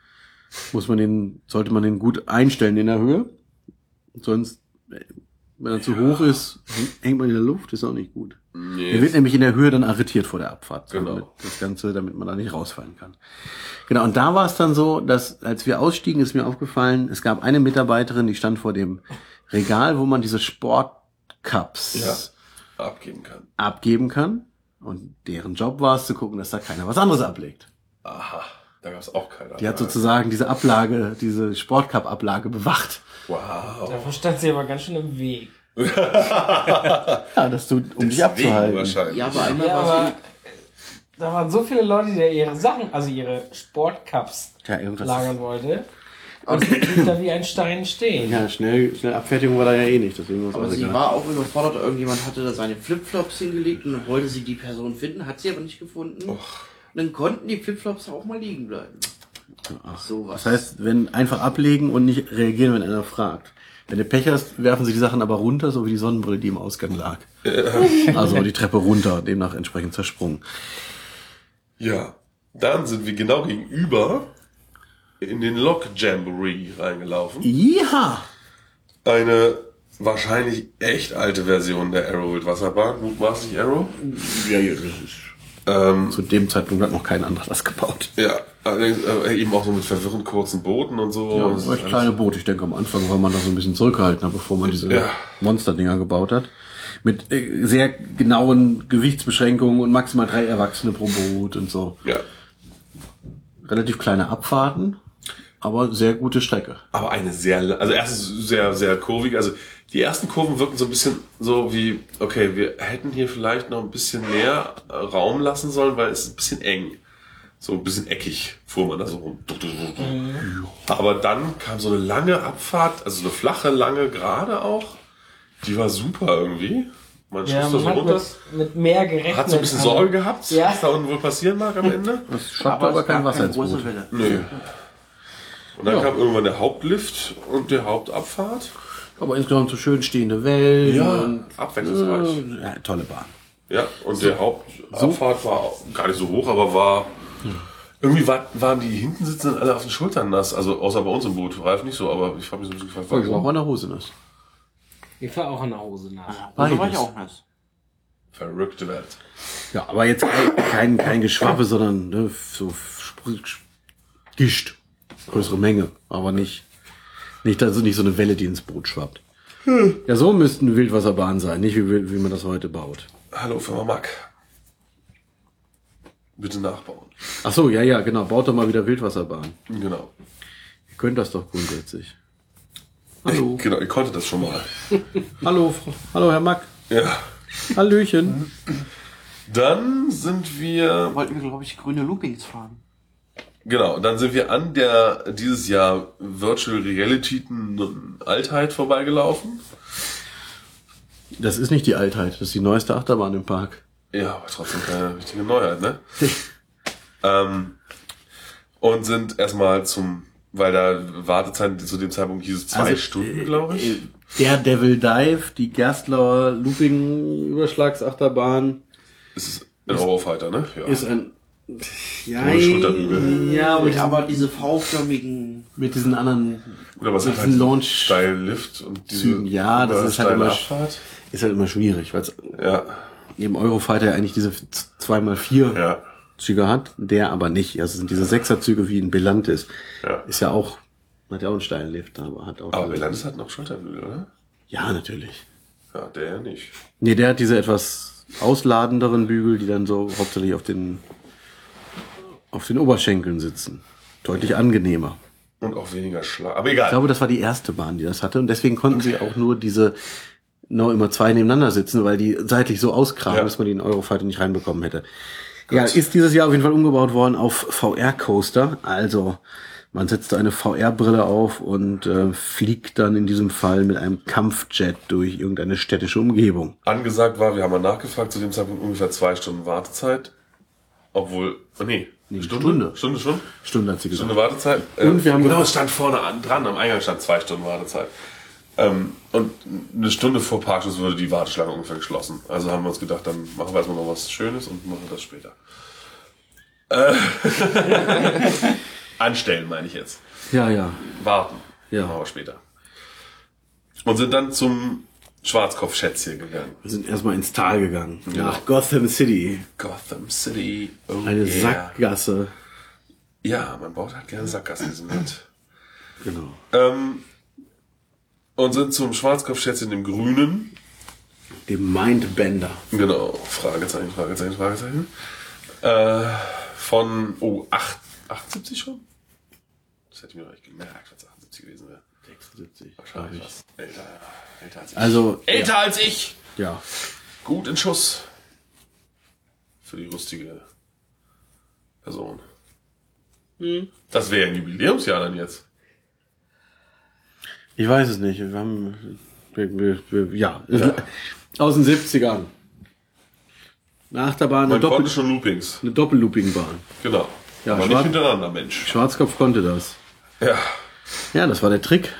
sollte man den gut einstellen in der Höhe. Sonst, wenn er zu hoch ist, hängt man in der Luft, ist auch nicht gut. nee. Er wird nämlich in der Höhe dann arretiert vor der Abfahrt. Genau. Damit man da nicht rausfallen kann. Genau, und da war es dann so, dass als wir ausstiegen, ist mir aufgefallen, es gab eine Mitarbeiterin, die stand vor dem Regal, wo man diese Sportcups abgeben kann. Und deren Job war es zu gucken, dass da keiner was anderes ablegt. Aha, da gab es auch keiner. Die hat sozusagen diese Ablage, diese Sportcup-Ablage bewacht. Wow. Dafür stand sie aber ganz schön im Weg. Ja, das tut, um dich Deswegen abzuhalten. wahrscheinlich. Ja, aber einmal Ja, war aber da waren so viele Leute, die da ihre Sachen, also ihre Sportcups Ja, irgendwas. lagern wollte. Und sie blieb da wie ein Stein stehen. Ja, schnell Abfertigung war da ja eh nicht, deswegen war es aber auch sie egal. war auch überfordert. Irgendjemand hatte da seine Flipflops hingelegt und dann wollte sie die Person finden, hat sie aber nicht gefunden. Und dann konnten die Flipflops auch mal liegen bleiben. Ach, Sowas. das heißt, wenn einfach ablegen und nicht reagieren, wenn einer fragt. Wenn du Pech hast, werfen sie die Sachen aber runter, so wie die Sonnenbrille, die im Ausgang lag. Also die Treppe runter, demnach entsprechend zersprungen. Ja, dann sind wir genau gegenüber in den Lok Jamboree reingelaufen. Ja! Eine wahrscheinlich echt alte Version der Arrow Wildwasserbahn. Mutmaßlich Arrow. Ja, das ist. Zu dem Zeitpunkt hat noch kein anderer das gebaut. Ja, allerdings eben auch so mit verwirrend kurzen Booten und so. Ja, Und das es war ist echt kleine Boot. Ich denke am Anfang, weil man das so ein bisschen zurückgehalten hat, bevor man diese Monsterdinger gebaut hat. Mit sehr genauen Gewichtsbeschränkungen und maximal 3 Erwachsene pro Boot und so. Ja. Relativ kleine Abfahrten, aber sehr gute Strecke. Aber eine also erstens sehr, sehr kurvig. Also die ersten Kurven wirken so ein bisschen so wie, okay, wir hätten hier vielleicht noch ein bisschen mehr Raum lassen sollen, weil es ist ein bisschen eng. So ein bisschen eckig fuhr man da so rum. Aber dann kam so eine lange Abfahrt, also eine flache, lange Gerade auch. Die war super irgendwie. Man Ja, schoss da man so hat runter. mit mehr gerechnet. Hat so ein bisschen Sorge gehabt, Ja. was da unten wohl passieren mag am Ende. Das schafft aber es kein gab Wasser keine ins große Boot. Welle. Nö. Und dann kam irgendwann der Hauptlift und die Hauptabfahrt. Aber insgesamt so schön stehende Wellen. Und, abwechslungsreich. ja, tolle Bahn. Ja, und der Hauptabfahrt war auch gar nicht so hoch, aber war... Irgendwie waren die hinten sitzenden alle auf den Schultern nass. Also außer bei uns im Boot. Ralf nicht so, aber ich habe mich so ein bisschen gefragt, Ich war auch an der Hose nass. Ich war auch in der Hose nach. Da war Beides. ich auch nass. Verrückte Welt. Ja, aber jetzt kein Geschwappe, sondern ne, so Gischt. Größere Menge, aber nicht so eine Welle, die ins Boot schwappt. Ja, so müssten Wildwasserbahnen sein, nicht wie man das heute baut. Hallo Firma Mack. bitte nachbauen. Ach so, ja, genau. Baut doch mal wieder Wildwasserbahn. Genau. Ihr könnt das doch grundsätzlich. Hallo. Genau, ihr konntet das schon mal. Hallo, Herr Mack. Ja. Hallöchen. Dann sind wir, Wollten wir, glaube ich, grüne Loopings fahren. genau, dann sind wir an der dieses Jahr Virtual Reality Altheit vorbeigelaufen. Das ist nicht die Altheit, das ist die neueste Achterbahn im Park. Ja, aber trotzdem keine richtige Neuheit, ne? Und sind erstmal weil da Wartezeit zu dem Zeitpunkt hieß es 2 Stunden, glaube ich. Der Devil Dive, die Gerstlauer Looping-Überschlagsachterbahn, Es ist ein Eurofighter, ne? Ja. ist ein... Ja, Ohne Schulterbügel. ja, Und aber diese V-förmigen... mit diesen anderen Oder was mit hat diesen halt Launch Steillift und diese Zügen. Ja, das ist halt steile immer Abfahrt. ist halt immer schwierig, weil es Ja, neben Eurofighter ja eigentlich diese 2x4 ja, Züge hat, der aber nicht. Also sind diese 6er-Züge wie ein Belantis. ja. Ist ja auch, hat ja auch einen steilen Lift, aber hat auch... Aber Belantis hat noch Schulterbügel, oder? Ja, natürlich. Ja, der ja nicht. Nee, der hat diese etwas ausladenderen Bügel, die dann so hauptsächlich auf den Oberschenkeln sitzen. Deutlich angenehmer. Und auch weniger Schlag. Aber Ich egal. glaube, das war die erste Bahn, die das hatte. Und deswegen konnten sie auch nur diese noch immer 2 nebeneinander sitzen, weil die seitlich so auskramen, Ja. dass man die in Eurofighter nicht reinbekommen hätte. Ja, ist dieses Jahr auf jeden Fall umgebaut worden auf VR-Coaster. Also man setzt eine VR-Brille auf und fliegt dann in diesem Fall mit einem Kampfjet durch irgendeine städtische Umgebung. Angesagt war, wir haben mal nachgefragt, zu dem Zeitpunkt ungefähr 2 Stunden Wartezeit. Obwohl, eine Stunde. Stunde schon? Stunde hat sie gesagt. Stunde Wartezeit. Und wir haben genau, gefragt- es stand vorne dran, am Eingang stand 2 Stunden Wartezeit. Und eine Stunde vor Parkschluss wurde die Warteschlange ungefähr geschlossen. Also haben wir uns gedacht, dann machen wir erstmal noch was Schönes und machen das später. Anstellen meine ich jetzt. Ja. Warten. Ja. Machen wir später. Und sind dann zum Schwarzkopf-Schätzchen gegangen. Wir sind erstmal ins Tal gegangen. Ja. Nach Gotham City. Gotham City. Oh Eine yeah. Sackgasse. Ja, man baut halt gerne Sackgassen in diesem Land. Genau. Und sind zum Schwarzkopf-Schätzchen im Grünen. Dem Mindbender. Genau. Fragezeichen. Von, 78 schon? Das hätte ich mir doch nicht gemerkt, wenn es 78 gewesen wäre. 76. Wahrscheinlich was. Älter als ich. Also, Älter als ich! ja. Gut in Schuss. Für die lustige Person. Das wäre ein Jubiläumsjahr dann jetzt. Ich weiß es nicht. Wir haben, ja. Aus den 70ern. Eine Achterbahn, Man konnte schon Loopings. eine Doppelloopingbahn. Genau. Ja, aber nicht Schwarz- hintereinander, Mensch. Schwarzkopf konnte das. Ja. Ja, das war der Trick.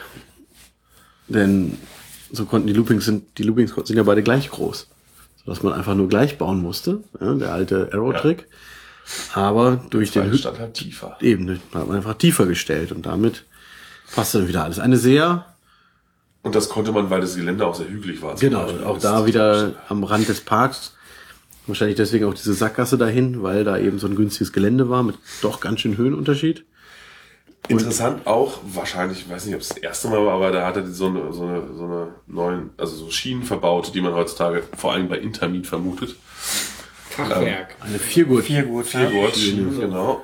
Denn so konnten die Loopings sind ja beide gleich groß. Sodass man einfach nur gleich bauen musste. Ja, der alte Arrow-Trick. Aber durch den Stand halt tiefer. Eben, hat man einfach tiefer gestellt und damit passte dann wieder alles. Eine sehr, Und das konnte man, weil das Gelände auch sehr hügelig war. zum genau, Beispiel. auch Das- da wieder am Rand des Parks. Wahrscheinlich deswegen auch diese Sackgasse dahin, weil da eben so ein günstiges Gelände war mit doch ganz schön Höhenunterschied. Interessant auch, wahrscheinlich, ich weiß nicht, ob es das erste Mal war, aber da hat er so eine neuen, also so Schienen verbaut, die man heutzutage vor allem bei Intermit vermutet. Fachwerk. Eine Viergurt. Viergurt-Schienen, genau.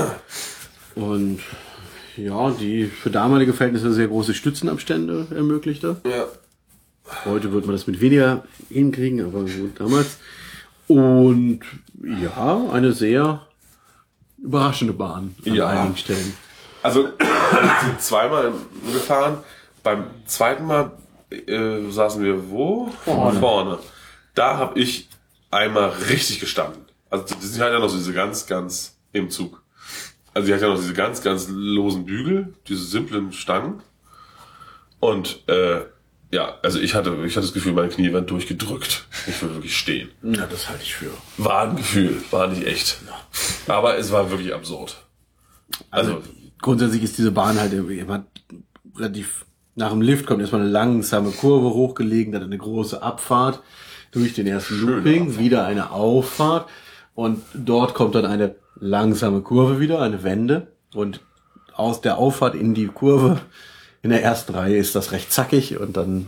Und ja, die für damalige Verhältnisse sehr große Stützenabstände ermöglichte. Ja. Heute wird man das mit weniger hinkriegen, aber gut, damals. Und ja, eine sehr überraschende Bahn an Ja. einigen Stellen. Also, wir sind zweimal gefahren. Beim zweiten Mal saßen wir wo? Vorne. Da habe ich einmal richtig gestanden. Also, die hat ja noch so diese ganz im Zug. Also, die hat ja noch diese ganz losen Bügel, diese simplen Stangen. Und, ja, also ich hatte das Gefühl, meine Knie waren durchgedrückt. Ich will wirklich stehen. Ja, das halte ich für. War ein Gefühl, war nicht echt. Aber es war wirklich absurd. Also Grundsätzlich ist diese Bahn halt immer relativ, nach dem Lift kommt erstmal eine langsame Kurve hochgelegen, dann eine große Abfahrt durch den ersten Looping, wieder eine Auffahrt und dort kommt dann eine langsame Kurve wieder, eine Wende und aus der Auffahrt in die Kurve in der ersten Reihe ist das recht zackig und dann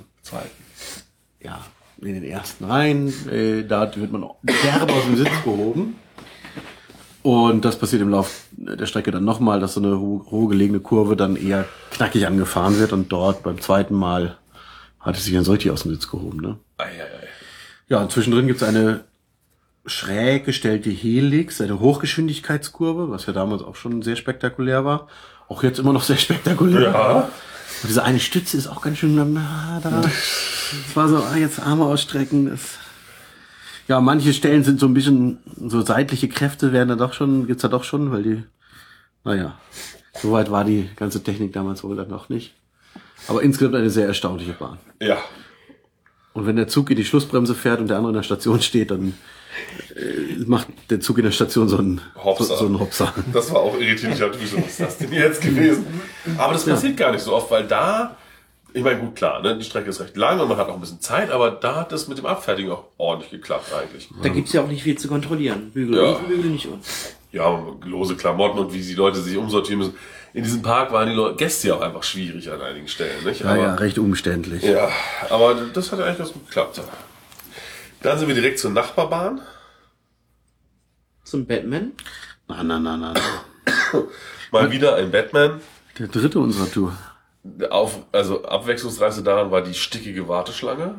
ja, in den ersten Reihen, da wird man derbe aus dem Sitz gehoben. Und das passiert im Lauf der Strecke dann nochmal, dass so eine roh gelegene Kurve dann eher knackig angefahren wird und dort beim zweiten Mal hat es sich dann so richtig aus dem Sitz gehoben, ne? Ja, und zwischendrin gibt's eine schräg gestellte Helix, eine Hochgeschwindigkeitskurve, was ja damals auch schon sehr spektakulär war. Auch jetzt immer noch sehr spektakulär. Ja. Und diese eine Stütze ist auch ganz schön, da. Das war so, jetzt Arme ausstrecken. Ja, manche Stellen sind so ein bisschen, so seitliche Kräfte gibt's da doch schon, weil die, soweit war die ganze Technik damals wohl dann noch nicht. Aber insgesamt eine sehr erstaunliche Bahn. Ja. Und wenn der Zug in die Schlussbremse fährt und der andere in der Station steht, dann macht der Zug in der Station so einen Hopser. Das war auch irritierend. Ich dachte, wieso ist das denn jetzt gewesen? Aber das passiert gar nicht so oft, weil da, ich meine, gut, klar, ne, die Strecke ist recht lang und man hat auch ein bisschen Zeit, aber da hat das mit dem Abfertigen auch ordentlich geklappt eigentlich. Da gibt's ja auch nicht viel zu kontrollieren. Bügel Ja. und Bügel nicht. Ja, lose Klamotten und wie die Leute sich umsortieren müssen. In diesem Park waren die Gäste ja auch einfach schwierig an einigen Stellen, nicht? Ja, recht umständlich. Ja, aber das hat eigentlich ganz gut geklappt. Dann sind wir direkt zur Nachbarbahn. Zum Batman. Na. Mal wieder ein Batman. Der dritte unserer Tour. Also abwechslungsreichste daran war die stickige Warteschlange.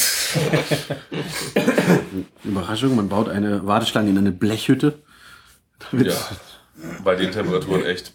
Überraschung, man baut eine Warteschlange in eine Blechhütte. Ja, bei den Temperaturen echt.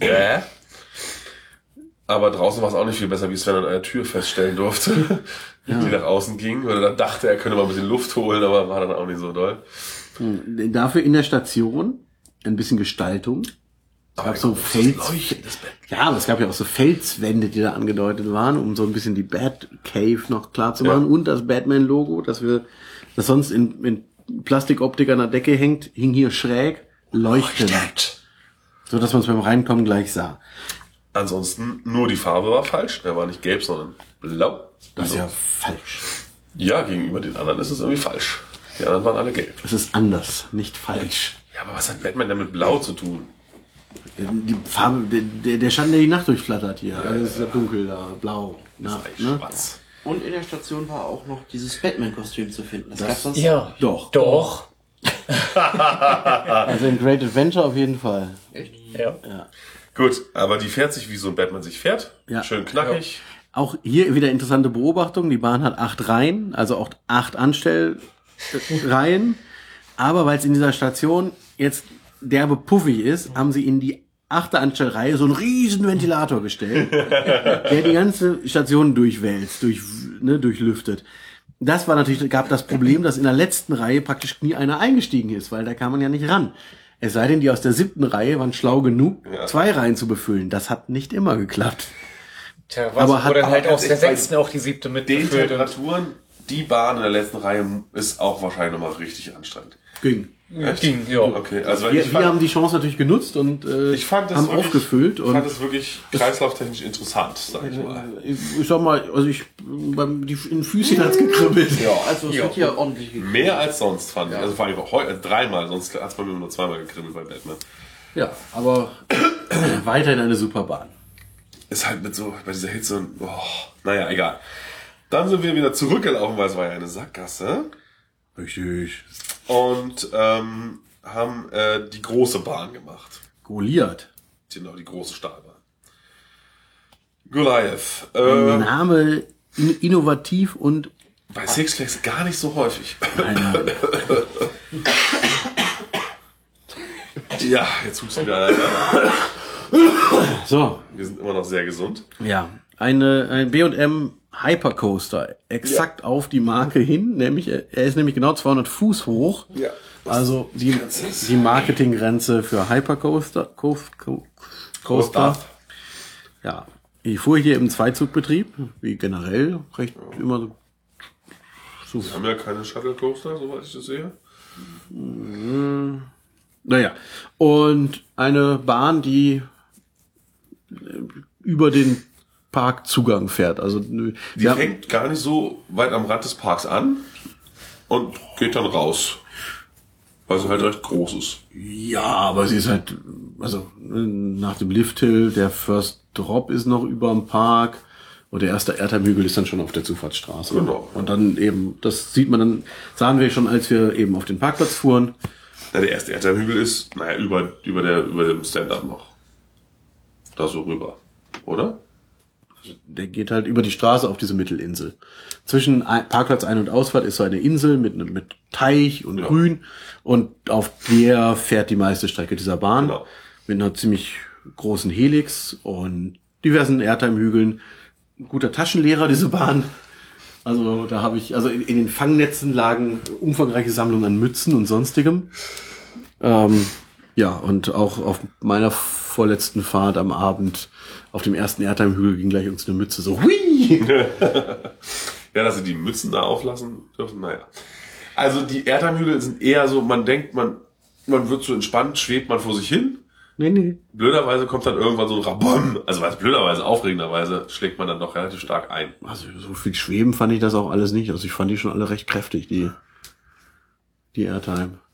Aber draußen war es auch nicht viel besser, wie Sven an einer Tür feststellen durfte, die nach außen ging. Oder dann dachte, er könne mal ein bisschen Luft holen, aber war dann auch nicht so doll. Dafür in der Station ein bisschen Gestaltung. Es gab so aber es gab ja auch so Felswände, die da angedeutet waren, um so ein bisschen die Batcave noch klar zu machen. Und das Batman-Logo, das sonst in Plastikoptik an der Decke hängt, hing hier schräg, leuchtend. So dass man es beim Reinkommen gleich sah. Ansonsten nur die Farbe war falsch. Er war nicht gelb, sondern blau. Das ist ja falsch. Ja, gegenüber den anderen ist es irgendwie falsch. Die anderen waren alle gelb. Es ist anders, nicht falsch. Ja, aber was hat Batman denn mit blau zu tun? Die Farbe, der Schatten, der die Nacht durchflattert hier. Also es ist ja dunkel da, blau. Schwarz. Und in der Station war auch noch dieses Batman-Kostüm zu finden. Das gab's sonst Ja. Doch. Also in Great Adventure auf jeden Fall. Echt? Ja. Gut, aber die fährt sich, wie so ein Batman sich fährt. Ja. Schön knackig. Auch hier wieder interessante Beobachtung. Die Bahn hat 8 Reihen, also auch 8 Anstellreihen. Aber weil es in dieser Station jetzt derbe puffig ist, haben sie in die 8. Anstellreihe so einen riesen Ventilator gestellt, der die ganze Station durchwälzt, durchlüftet. Das war natürlich, gab das Problem, dass in der letzten Reihe praktisch nie einer eingestiegen ist, weil da kam man ja nicht ran. Es sei denn, die aus der 7. Reihe waren schlau genug, 2 Reihen zu befüllen. Das hat nicht immer geklappt. Tja, Aber wurde halt aber aus der ganz 6. auch die 7. Den mitbefüllt. Und Temperaturen, die Bahn in der letzten Reihe ist auch wahrscheinlich nochmal richtig anstrengend. Ging. Echt? ja. Okay, also Wir haben die Chance natürlich genutzt und ich fand das haben wirklich, aufgefüllt. Ich Und fand das wirklich kreislauftechnisch interessant, sag ich mal. ich sag mal, also in den Füßchen hat's gekribbelt. Also es wird hier ordentlich gekriegt. Mehr als sonst fand ich. Also vor allem auch heute 3-mal, sonst hat es bei mir nur 2-mal gekribbelt bei Batman. Ja, aber weiterhin eine super Bahn. Ist halt mit so, bei dieser Hitze und, naja, egal. Dann sind wir wieder zurückgelaufen, weil es war ja eine Sackgasse. Richtig. Und haben die große Bahn gemacht. Goliath. Genau, die große Stahlbahn. Goliath. Name innovativ und Bei Six Flags gar nicht so häufig. Ja, jetzt hupst du wieder. so. Wir sind immer noch sehr gesund. Ja, ein B&M Hypercoaster, exakt auf die Marke hin, nämlich er ist nämlich genau 200 Fuß hoch. Ja. Also die Marketinggrenze für Hypercoaster. Coaster. Ja, ich fuhr hier im Zweizugbetrieb, wie generell recht immer so. Wir haben ja keine Shuttle Coaster, soweit ich das sehe. Naja, und eine Bahn, die über den Parkzugang fährt. Also Die fängt gar nicht so weit am Rand des Parks an und geht dann raus. Weil sie halt recht groß ist. ja, aber sie ist halt, also nach dem Lifthill, der First Drop ist noch über dem Park und der erste Erdheim-Hügel ist dann schon auf der Zufahrtsstraße. Genau. Und dann eben, das sieht man dann, sahen wir schon, als wir eben auf den Parkplatz fuhren. Na, der erste Erdheim-Hügel ist, über dem Stand-Up noch. Da so rüber. Oder? Der geht halt über die Straße auf diese Mittelinsel. Zwischen Parkplatz Ein- und Ausfahrt ist so eine Insel mit Teich und Grün. Und auf der fährt die meiste Strecke dieser Bahn. Genau. Mit einer ziemlich großen Helix und diversen Erdheim-Hügeln. Ein guter Taschenlehrer, diese Bahn. Also da habe ich, in den Fangnetzen lagen umfangreiche Sammlungen an Mützen und sonstigem. Und auch auf meiner vorletzten Fahrt am Abend auf dem ersten Erdheim-Hügel ging gleich uns eine Mütze so, hui! Ja, dass sie die Mützen da auflassen dürfen, naja. Also die Erdheim-Hügel sind eher so, man denkt, man wird so entspannt, schwebt man vor sich hin. Nee. Blöderweise kommt dann irgendwann so ein Rabom. Also blöderweise, aufregenderweise schlägt man dann doch relativ stark ein. Also so viel Schweben fand ich das auch alles nicht. Also ich fand die schon alle recht kräftig, die Erdheim.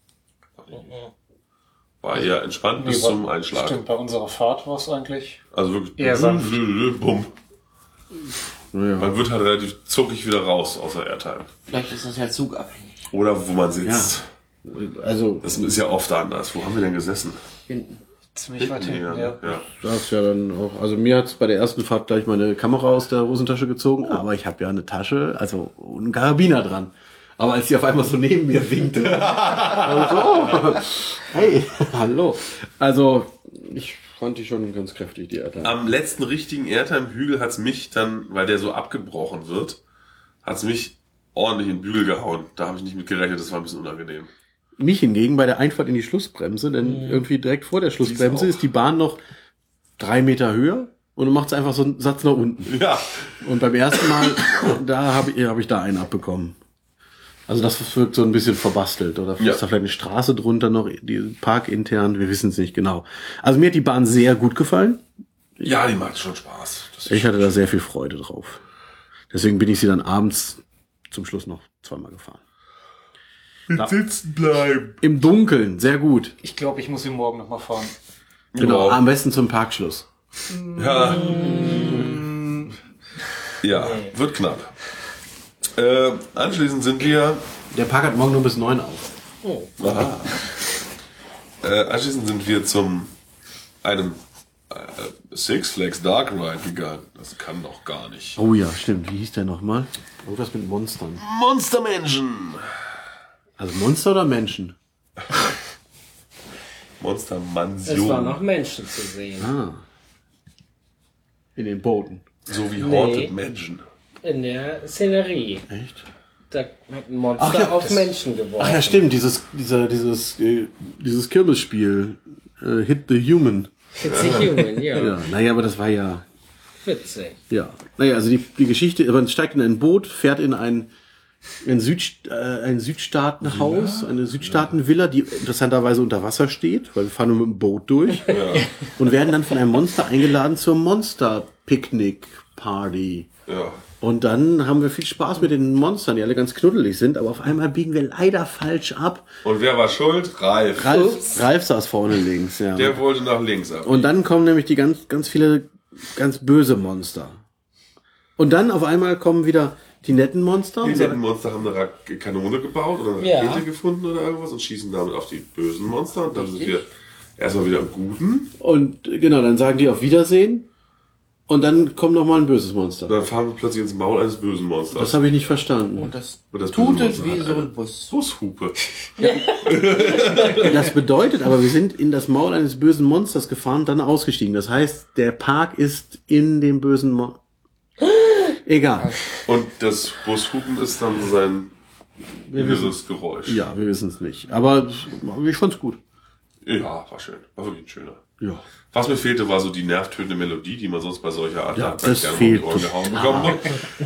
War eher entspannt bis zum Einschlag. Stimmt, bei unserer Fahrt war es eigentlich Also wirklich eher sanft. Bumm. Naja. Man wird halt relativ zuckig wieder raus aus der Erdheim. Vielleicht ist das ja zugabhängig. Oder wo man sitzt. Also Das ist ja oft anders. Wo haben wir denn gesessen? Hinten. Ziemlich weit hinten, ja. das ist ja dann auch, also mir hat's bei der ersten Fahrt gleich meine Kamera aus der Hosentasche gezogen, aber ich habe ja eine Tasche, also einen Karabiner dran. Aber als sie auf einmal so neben mir winkte, also, hey, hallo. Also ich fand die schon ganz kräftig, die Erdheim. Am letzten richtigen Erdheim-Hügel hat's mich dann, weil der so abgebrochen wird, hat's mich ordentlich in den Bügel gehauen. Da habe ich nicht mit gerechnet, das war ein bisschen unangenehm. Mich hingegen bei der Einfahrt in die Schlussbremse, denn irgendwie direkt vor der Schlussbremse ist die Bahn noch 3 Meter höher und du machst einfach so einen Satz nach unten. Ja. Und beim ersten Mal, da hab ich da einen abbekommen. Also das wirkt so ein bisschen verbastelt. Oder ist da vielleicht eine Straße drunter noch, die parkintern, wir wissen es nicht genau. Also mir hat die Bahn sehr gut gefallen. Ja, die macht schon Spaß. Das Ich hatte da sehr viel Freude drauf. Deswegen bin ich sie dann abends zum Schluss noch 2-mal gefahren. mit sitzen bleiben. Im Dunkeln, sehr gut. Ich glaube, ich muss ihn morgen nochmal fahren. Genau, am besten zum Parkschluss. Ja. Ja, wird knapp. Anschließend sind wir... Der Park hat morgen nur bis 9 auf. Aha. Anschließend sind wir einem Six Flags Dark Ride gegangen. Das kann doch gar nicht. Oh ja, stimmt. Wie hieß der nochmal? Irgendwas mit Monstern. Monstermenschen. Also Monster oder Menschen? Monstermansion. Es waren noch Menschen zu sehen. In den Booten. So wie Nee. Haunted Mansion. In der Szenerie. Echt? Da hat ein Monster auf Menschen geworfen. Ach ja, stimmt. Dieses Kirmesspiel. Hit the Human. Witzig Human, ja. Ja, naja, aber das war ja... Witzig. Ja. Naja, also die Geschichte, man steigt in ein Boot, fährt in ein Südstaatenhaus, eine Südstaatenvilla, die interessanterweise unter Wasser steht, weil wir fahren nur mit dem Boot durch. Und werden dann von einem Monster eingeladen zur Monster-Picknick-Party. Ja. Und dann haben wir viel Spaß mit den Monstern, die alle ganz knuddelig sind, aber auf einmal biegen wir leider falsch ab. Und wer war schuld? Ralf. Ralf saß vorne links, ja. Der wollte nach links ab. Und dann kommen nämlich die ganz viele ganz böse Monster. Und dann auf einmal kommen wieder die netten Monster. Die netten Monster haben eine Kanone gebaut oder eine Ja. Rakete gefunden oder irgendwas und schießen damit auf die bösen Monster. Und dann sind wir erstmal wieder im Guten. Und genau, dann sagen die auf Wiedersehen. Und dann kommt noch mal ein böses Monster. Und dann fahren wir plötzlich ins Maul eines bösen Monsters. Das habe ich nicht verstanden. Und das Und das tut böse es Monster wie hat so eine ein Bus. Bushupe. Das bedeutet aber, wir sind in das Maul eines bösen Monsters gefahren, dann ausgestiegen. Das heißt, der Park ist in dem bösen Monster. Egal. Und das Bushupen ist dann sein inneres Geräusch. Ja, wir wissen es nicht. Aber ich fand's gut. Ja, war schön. War wirklich ein schöner. Ja. Was mir fehlte, war so die nervtötende Melodie, die man sonst bei solcher Art Ja, ganz das gerne fehlt um die Ohren gehauen bekommen.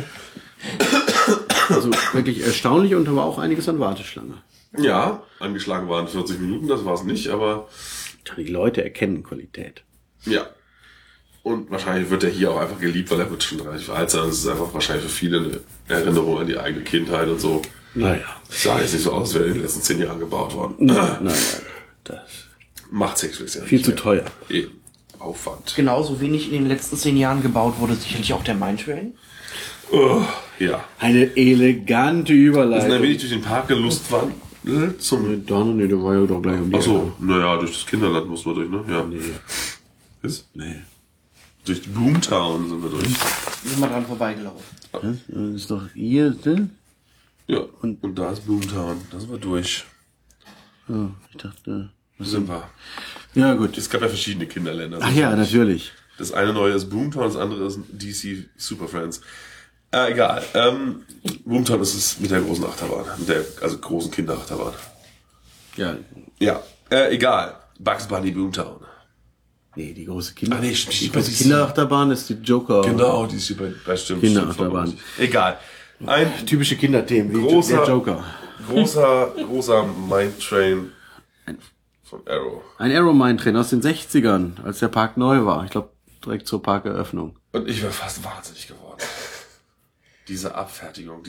Also wirklich erstaunlich und aber auch einiges an Warteschlange. Ja, angeschlagen waren 40 Minuten, das war es nicht, aber Die Leute erkennen Qualität. ja. Und wahrscheinlich wird er hier auch einfach geliebt, weil er wird schon relativ alt sein. Es ist einfach wahrscheinlich für viele eine Erinnerung an die eigene Kindheit und so. Naja. Es sah jetzt nicht so aus, als wäre in den letzten 10 Jahren gebaut worden. Nein. Das Macht Six Flags ja viel nicht zu mehr. teuer. Eben. Aufwand. Genauso wenig in den letzten 10 Jahren gebaut wurde sicherlich auch der Mine Train. Oh, ja. Eine elegante Wir sind ein Überleitung. wenig durch den Park gelustwandert. zum... Nee, der war ja doch gleich um die Achso, Ecke. naja, durch das Kinderland mussten wir durch, ne? Ja. Nee. Ist? Nee. Durch die Boomtown sind wir durch. Sind wir dran vorbeigelaufen. Das ist doch hier, ne? Ja, und da ist Boomtown. Da sind wir durch. Oh, ich dachte... Da sind wir. Ja, gut. Es gab ja verschiedene Kinderländer. Ach ja, natürlich. Das eine neue ist Boomtown, das andere ist DC Super Friends. Egal. Boomtown ist es mit der großen Achterbahn. Also großen Kinderachterbahn. Ja. Ja, egal. Bugs Bunny Boomtown. Nee, die große Kinder... Ah, nee, stimmt. die große Kinderachterbahn ist die Joker. Genau, die ist hier bei stimmt. Kinderachterbahn. Stimmt, egal. Ein Typische Kinderthemen. Großer- Der Joker. großer Mind Train von Arrow. Ein Arrow Mine Train aus den 60ern, als der Park neu war. Ich glaube, direkt zur Parkeröffnung. Und ich wäre fast wahnsinnig geworden. Diese Abfertigung,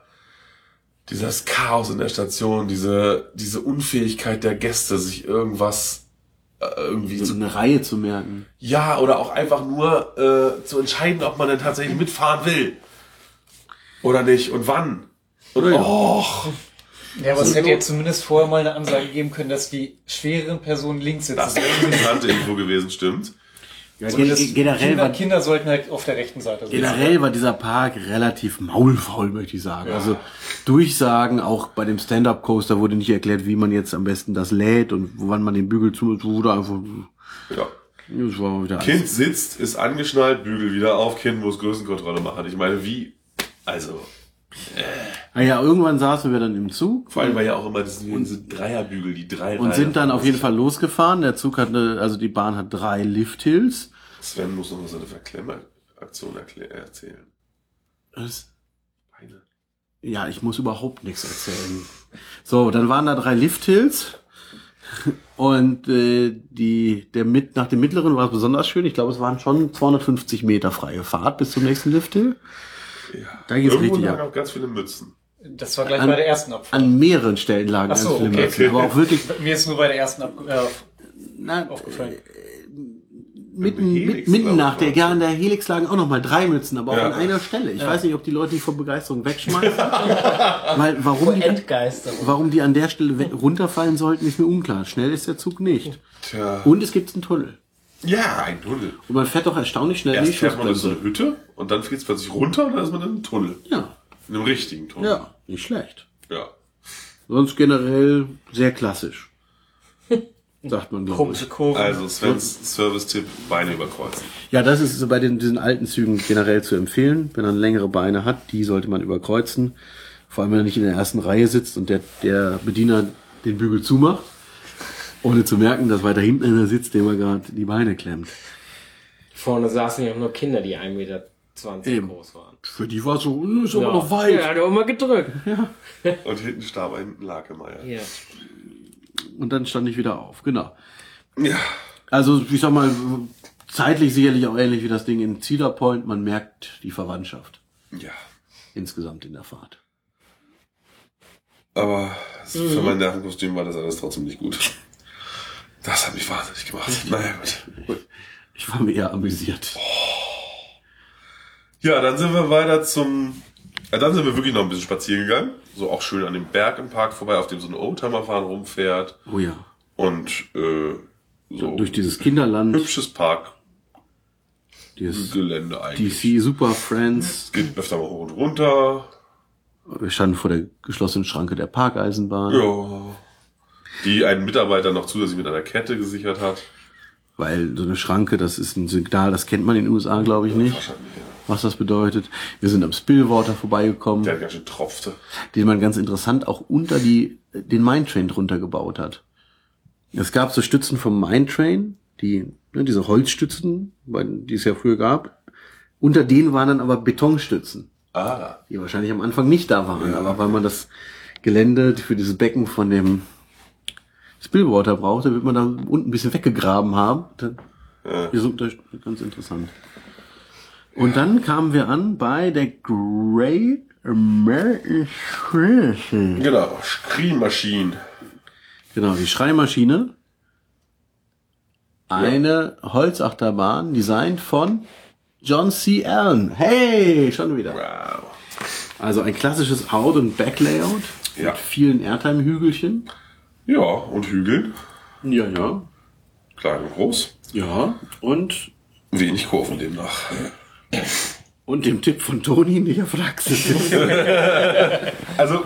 dieses Chaos in der Station, diese Unfähigkeit der Gäste, sich irgendwas irgendwie So zu... eine Reihe zu merken. Ja, oder auch einfach nur zu entscheiden, ob man denn tatsächlich mitfahren will. Oder nicht und wann. Und Ja, aber es hätte jetzt zumindest vorher mal eine Ansage geben können, dass die schwereren Personen links sitzen. das wäre eine interessante Info gewesen, stimmt. Ja, Zumindest generell Kinder sollten halt auf der rechten Seite sitzen. Generell war dieser Park relativ maulfaul, möchte ich sagen. Also Durchsagen, auch bei dem Stand-Up-Coaster wurde nicht erklärt, wie man jetzt am besten das lädt und wann man den Bügel zu wurde einfach... Ja. Das war wieder Kind sitzt, ist angeschnallt, Bügel wieder auf, Kind muss Größenkontrolle machen. Ich meine, wie... Also... Naja, irgendwann saßen wir dann im Zug Vor allem war ja auch immer diese Dreierbügel, die drei und Reihen. sind dann auf jeden Fall losgefahren. Der Zug also die Bahn hat 3 Lift-Hills. Sven muss noch mal seine Verklemmeraktion erzählen. Was? Beine. Ja, ich muss überhaupt nichts erzählen. So, dann waren da 3 Lift-Hills. Und nach dem mittleren war es besonders schön. Ich glaube, es waren schon 250 Meter freie Fahrt bis zum nächsten Lift-Hill. Ja. Da geht's Irgendwo richtig lagen ab. auch ganz viele Mützen. Das war gleich bei der ersten Abfahrt. An mehreren Stellen lagen Ach so, ganz viele okay. Mützen. Aber auch wirklich Mir ist nur bei der ersten nein, aufgefallen. Helix, mitten nach glaub ich, der, an der Helix lagen auch nochmal 3 Mützen, aber auch Ja. an einer Stelle. Ich weiß nicht, ob die Leute die vor Begeisterung wegschmeißen. Weil, warum die an der Stelle runterfallen sollten, ist mir unklar. Schnell ist der Zug nicht. Tja. Und es gibt einen Tunnel. Ja, ein Tunnel. Und man fährt doch erstaunlich schnell in die Erst fährt man durch so Schussbremse. eine Hütte und dann fliegt es plötzlich runter und dann ist man in einem Tunnel. Ja, In einem richtigen Tunnel. ja, nicht schlecht. Ja. Sonst generell sehr klassisch. Sagt man glaube ich. Komische Kurven. Also Svens Service-Tipp, Beine überkreuzen. Ja, das ist so bei diesen alten Zügen generell zu empfehlen. Wenn man längere Beine hat, die sollte man überkreuzen. Vor allem, wenn er nicht in der ersten Reihe sitzt und der Bediener den Bügel zumacht. Ohne zu merken, dass weiter hinten einer sitzt, dem er gerade die Beine klemmt. Vorne saßen ja auch nur Kinder, die 1,20 Meter Eben. groß waren. Für die war es so, ist aber noch weit. Ja, hat er auch mal gedrückt. Und hinten starb ein Lakemeier. Ja. Und dann stand ich wieder auf, genau. Ja. Also, ich sag mal, zeitlich sicherlich auch ähnlich wie das Ding in Cedar Point. Man merkt die Verwandtschaft Ja. insgesamt in der Fahrt. Aber für mein Nervenkostüm war das alles trotzdem nicht gut. Das hat mich wahnsinnig gemacht. Naja, gut. Ich war mir eher amüsiert. Ja, dann sind wir weiter dann sind wir wirklich noch ein bisschen spazieren gegangen. So auch schön an dem Berg im Park vorbei, auf dem so ein Oldtimer-Fahren rumfährt. Oh ja. Und so Durch dieses Kinderland, hübsches dieses Parkgelände eigentlich. DC Super Friends. Es geht öfter mal hoch und runter. Wir standen vor der geschlossenen Schranke der Parkeisenbahn, Ja. Die einen Mitarbeiter noch zusätzlich mit einer Kette gesichert hat. weil so eine Schranke, das ist ein Signal, das kennt man in den USA, glaube ich, nicht, Wahrscheinlich, ja. was das bedeutet. Wir sind am Spillwater vorbeigekommen, Der ganz schön tropfte. den man ganz interessant auch unter den Mine Train drunter gebaut hat. Es gab so Stützen vom Mine Train, diese Holzstützen, die es ja früher gab. Unter denen waren dann aber Betonstützen, Ah. die wahrscheinlich am Anfang nicht da waren, aber weil man das Gelände für dieses Becken von dem Spillwater brauchte, wird man da unten ein bisschen weggegraben haben. Ist ganz interessant. Und dann kamen wir an bei der Great American Scream. Genau, Scream Machine. Genau, die Schreimaschine. Eine Holzachterbahn, designt von John C. Allen. Hey, schon wieder. Wow. Also ein klassisches Out- und Back-Layout. Ja. Mit vielen Airtime-Hügelchen. Ja, und Hügeln. Ja, ja. Klein und groß. Ja. Und Wenig Kurven demnach. dem Tipp von Toni, nicht auf der Achse sitzen. Also,